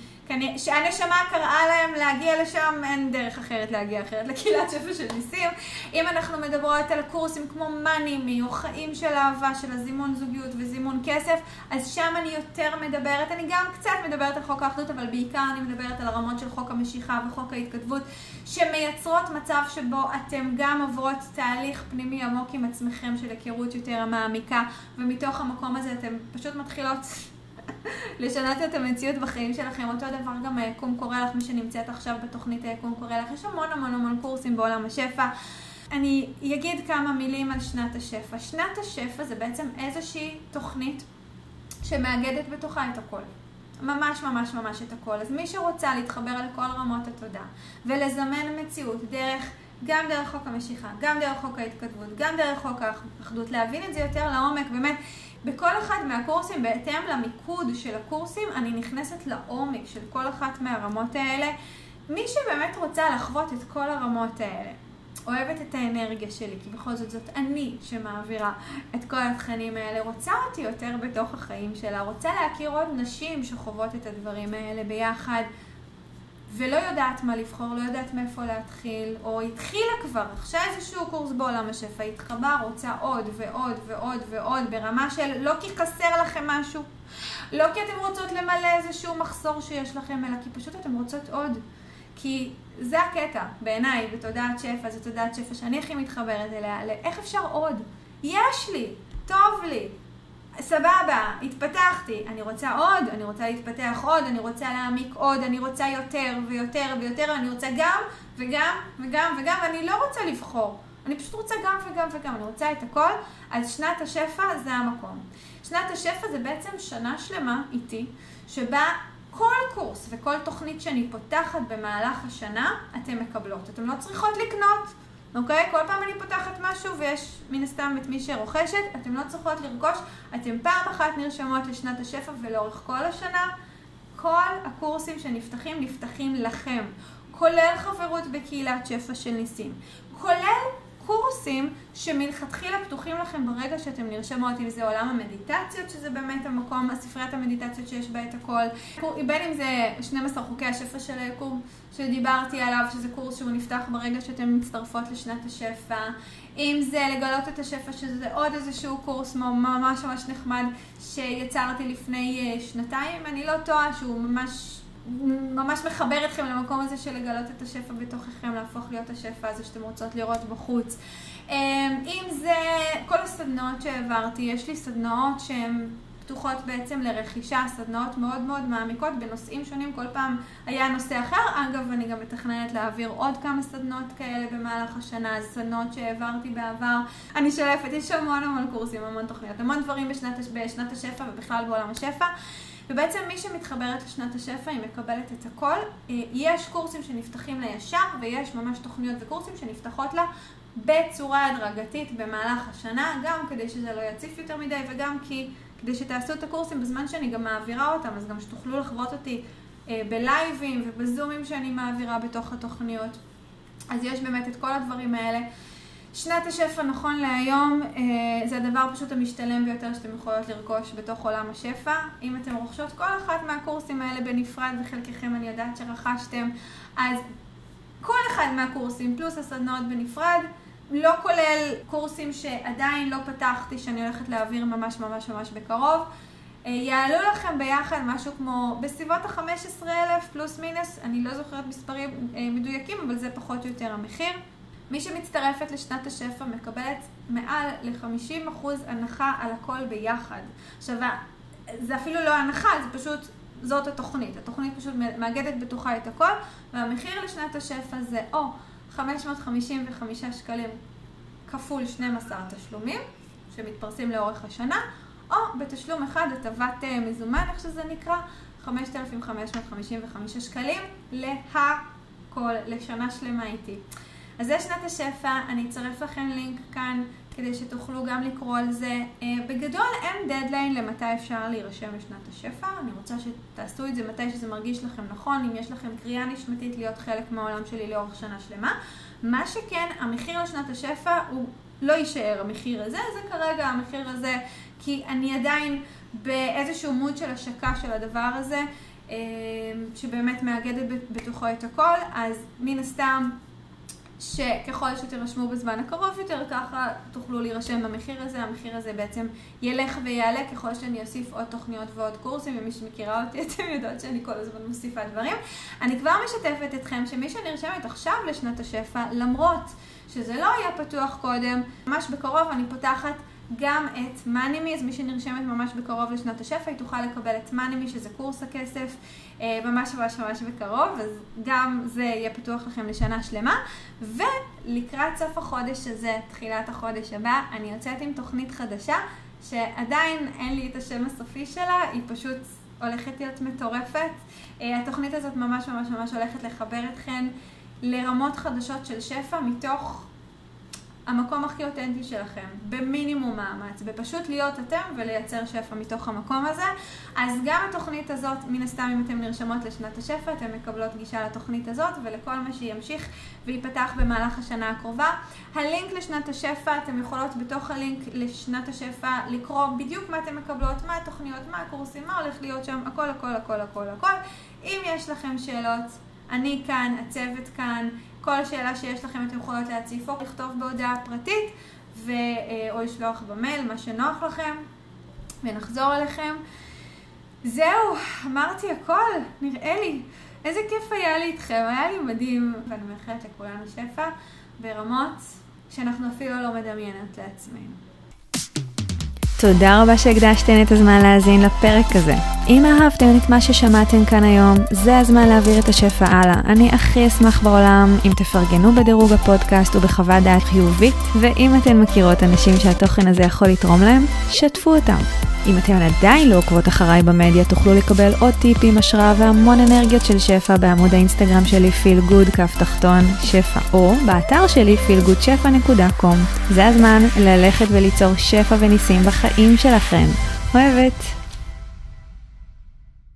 שהנשמה קראה להם להגיע לשם, אין דרך אחרת להגיע אחרת לקהילת שפע של ניסים. אם אנחנו מדברות על קורסים כמו מנימי או חיים של אהבה, של הזימון זוגיות וזימון כסף, אז שם אני יותר מדברת, אני גם קצת מדברת על חוק האחדות, אבל בעיקר אני מדברת על הרמות של חוק המשיכה וחוק ההתכתבות, שמייצרות מצב שבו אתם גם עוברות תהליך פנימי עמוק עם עצמכם של היכרות יותר מעמיקה, ומתוך המקום הזה אתם פשוט מתחילות לשנות את המציאות בחיים שלכם. אותו דבר גם היקום קורא לך, מי שנמצאת עכשיו בתוכנית היקום קורא לך. יש המון קורסים בעולם השפע. אני אגיד כמה מילים על שנת השפע. שנת השפע זה בעצם איזושהי תוכנית שמאגדת בתוכה את הכל. ממש את הכל. אז מי שרוצה להתחבר לכל רמות התודעה ולזמן מציאות גם דרך חוק המשיכה, גם דרך חוק ההתכתבות, גם דרך חוק האחדות, להבין את זה יותר לעומק, באמת, בכל אחד מהקורסים, בהתאם למיקוד של הקורסים, אני נכנסת לעומק של כל אחת מהרמות האלה. מי שבאמת רוצה לחוות את כל הרמות האלה, אוהבת את האנרגיה שלי, כי בכל זאת אני שמעבירה את כל התכנים האלה, רוצה אותי יותר בתוך החיים שלה, רוצה להכיר עוד נשים שחוות את הדברים האלה ביחד, ולא יודעת מה לבחור, לא יודעת מאיפה להתחיל, או התחילה כבר, עכשיו איזשהו קורס בעולם השפע, התחבר, רוצה עוד ועוד, ברמה של לא כי חסר לכם משהו, לא כי אתם רוצות למלא איזשהו מחסור שיש לכם, אלא כי פשוט אתם רוצות עוד. כי זה הקטע, בעיניי, בתודעת שפע, זו תודעת שפע שאני הכי מתחברת אליה, לאיך אפשר עוד? יש לי, טוב לי. סבבה, התפתחתי, אני רוצה עוד, אני רוצה להתפתח עוד, אני רוצה להעמיק עוד, אני רוצה יותר ויותר, אני רוצה גם וגם, אני לא רוצה לבחור, אני פשוט רוצה גם, אני רוצה את הכל. אז שנת השפע זה המקום. שנת השפע זה בעצם שנה שלמה איתי, שבה כל קורס וכל תוכנית שאני פותחת במהלך השנה, אתם מקבלות. אתם לא צריכות לקנות. אוקיי? כל פעם אני פותחת משהו ויש מן הסתם את מי שרוכשת, אתם לא צריכות לרכוש, אתם פעם אחת נרשמות לשנת השפע ולאורך כל השנה, כל הקורסים נפתחים לכם, כולל חברות בקהילת שפע של ניסים, כולל קורסים שמלכתחילה פתוחים לכם ברגע שאתם נרשמות, אם זה עולם המדיטציות, שזה באמת המקום, הספריית המדיטציות שיש בה את הכל, בין אם זה 12 חוקי השפע של היקום שדיברתי עליו, שזה קורס שהוא נפתח ברגע שאתם מצטרפות לשנת השפע, אם זה לגלות את השפע, שזה עוד איזשהו קורס ממש נחמד שיצרתי לפני שנתיים, אם אני לא טועה, שהוא ממש מחבר אתכם למקום הזה של לגלות את השפע בתוככם, להפוך להיות השפע הזה שאתם רוצות לראות בחוץ. אם זה כל הסדנאות שהעברתי, יש לי סדנאות שהן פתוחות בעצם לרכישה, סדנאות מאוד מעמיקות בנושאים שונים, כל פעם היה נושא אחר. אגב, אני גם מתכננת להעביר עוד כמה סדנאות כאלה במהלך השנה, סדנאות שהעברתי בעבר. אני שולפת, יש המון קורסים, המון תוכניות, המון דברים בשנת השפע ובכלל בעולם השפע. ובעצם מי שמתחברת לשנת השפע היא מקבלת את הכל. יש קורסים שנפתחים לה ישר, ויש ממש תוכניות וקורסים שנפתחות לה בצורה הדרגתית במהלך השנה, גם כדי שזה לא יציף יותר מדי, וגם כדי שתעשו את הקורסים בזמן שאני גם מעבירה אותם, אז גם שתוכלו לחוות אותי בלייבים ובזומים שאני מעבירה בתוך התוכניות. אז יש באמת את כל הדברים האלה. שנת השפע נכון להיום זה הדבר פשוט המשתלם ביותר שאתם יכולות לרכוש בתוך עולם השפע. אם אתם רוכשות כל אחת מהקורסים האלה בנפרד, וחלקכם אני יודעת שרכשתם, אז כל אחד מהקורסים פלוס הסדנאות בנפרד לא כולל קורסים שעדיין לא פתחתי, שאני הולכת להעביר ממש ממש ממש בקרוב. יעלו לכם ביחד משהו כמו בסביבות ה-15,000 פלוס מינוס, אני לא זוכרת מספרים מדויקים, אבל זה פחות או יותר המחיר. מי שמצטרפת לשנת השפע מקבלת מעל ל-50% הנחה על הכל ביחד. עכשיו, זה אפילו לא הנחה, זה פשוט, זאת התוכנית. התוכנית פשוט מאגדת בתוכה את הכל, והמחיר לשנת השפע זה או 555 שקלים כפול 12 תשלומים, שמתפרסים לאורך השנה, או בתשלום אחד, הטבת מזומן, איך שזה נקרא, 5,555 שקלים להכל, לשנה שלמה איתי. אז זה שנת השפע, אני אצרף לכם לינק כאן כדי שתוכלו גם לקרוא על זה. בגדול אין דדליין למתי אפשר להירשם לשנת השפע, אני רוצה שתעשו את זה מתי שזה מרגיש לכם נכון, אם יש לכם קריאה נשמתית להיות חלק מהעולם שלי לאורך שנה שלמה. מה שכן, המחיר לשנת השפע הוא לא יישאר המחיר הזה, זה כרגע המחיר הזה, כי אני עדיין באיזשהו מוד של השקה של הדבר הזה, שבאמת מאגדת בתוכו את הכל, אז מן הסתם, שככל שתירשמו בזמן הקרוב יותר, ככה תוכלו להירשם במחיר הזה. המחיר הזה בעצם ילך ויעלה ככל שאני אוסיף עוד תוכניות ועוד קורסים, ומי שמכירה אותי, אתם יודעות שאני כל הזמן מוסיפה דברים. אני כבר משתפת אתכם שמי שנרשמת עכשיו לשנת השפע, למרות שזה לא היה פתוח קודם, ממש בקרוב אני פותחת גם את מאנימי, אז מי שנרשמת ממש בקרוב לשנת השפע, היא תוכל לקבל את מאנימי, שזה קורס הכסף, ממש ממש ממש בקרוב, אז גם זה יהיה פתוח לכם לשנה שלמה. ולקראת סוף החודש הזה, תחילת החודש הבא, אני יוצאת עם תוכנית חדשה, שעדיין אין לי את השם הסופי שלה, היא פשוט הולכת להיות מטורפת. התוכנית הזאת ממש ממש ממש הולכת לחבר אתכן לרמות חדשות של שפע מתוך המקום הכי אותנטי שלכם, במינימום מאמץ, בפשוט להיות אתם ולייצר שפע מתוך המקום הזה. אז גם התוכנית הזאת, מן הסתם אם אתם נרשמות לשנת השפע, אתם מקבלות גישה לתוכנית הזאת ולכל מה שימשיך ויפתח במהלך השנה הקרובה. הלינק לשנת השפע, אתם יכולות בתוך הלינק לשנת השפע לקרוא בדיוק מה אתם מקבלות, מה התוכניות, מה הקורסים, מה הולך להיות שם, הכל הכל הכל הכל הכל. אם יש לכם שאלות, אני כאן, הצוות כאן, כל שאלה שיש לכם אתם יכולות להציף או לכתוב בהודעה פרטית או לשלוח במייל, מה שנוח לכם, ונחזור אליכם. זהו, אמרתי הכל, נראה לי. איזה כיף היה לי איתכם, היה לי מדהים, ואני מאחלת לכולנו שפע ברמות שאנחנו אפילו לא מדמיינות לעצמנו. תודה רבה שהקדשתן את הזמן להאזין לפרק הזה. אם אהבתם את מה ששמעתם כאן היום, זה הזמן להעביר את השפע הלאה. אני הכי אשמח בעולם אם תפרגנו בדירוג הפודקאסט ובחוות דעת חיובית, ואם אתן מכירות אנשים שהתוכן הזה יכול לתרום להם, שתפו אותם. אם אתן עדיין לא עוקבות אחריי במדיה, תוכלו לקבל עוד טיפים, השראה והמון אנרגיות של שפע בעמוד האינסטגרם שלי feelgood_שפע, או באתר שלי feelgoodשפע.com. זה הזמן ללכת וליצור שפע וניסים בחיים שלכם. אוהבת!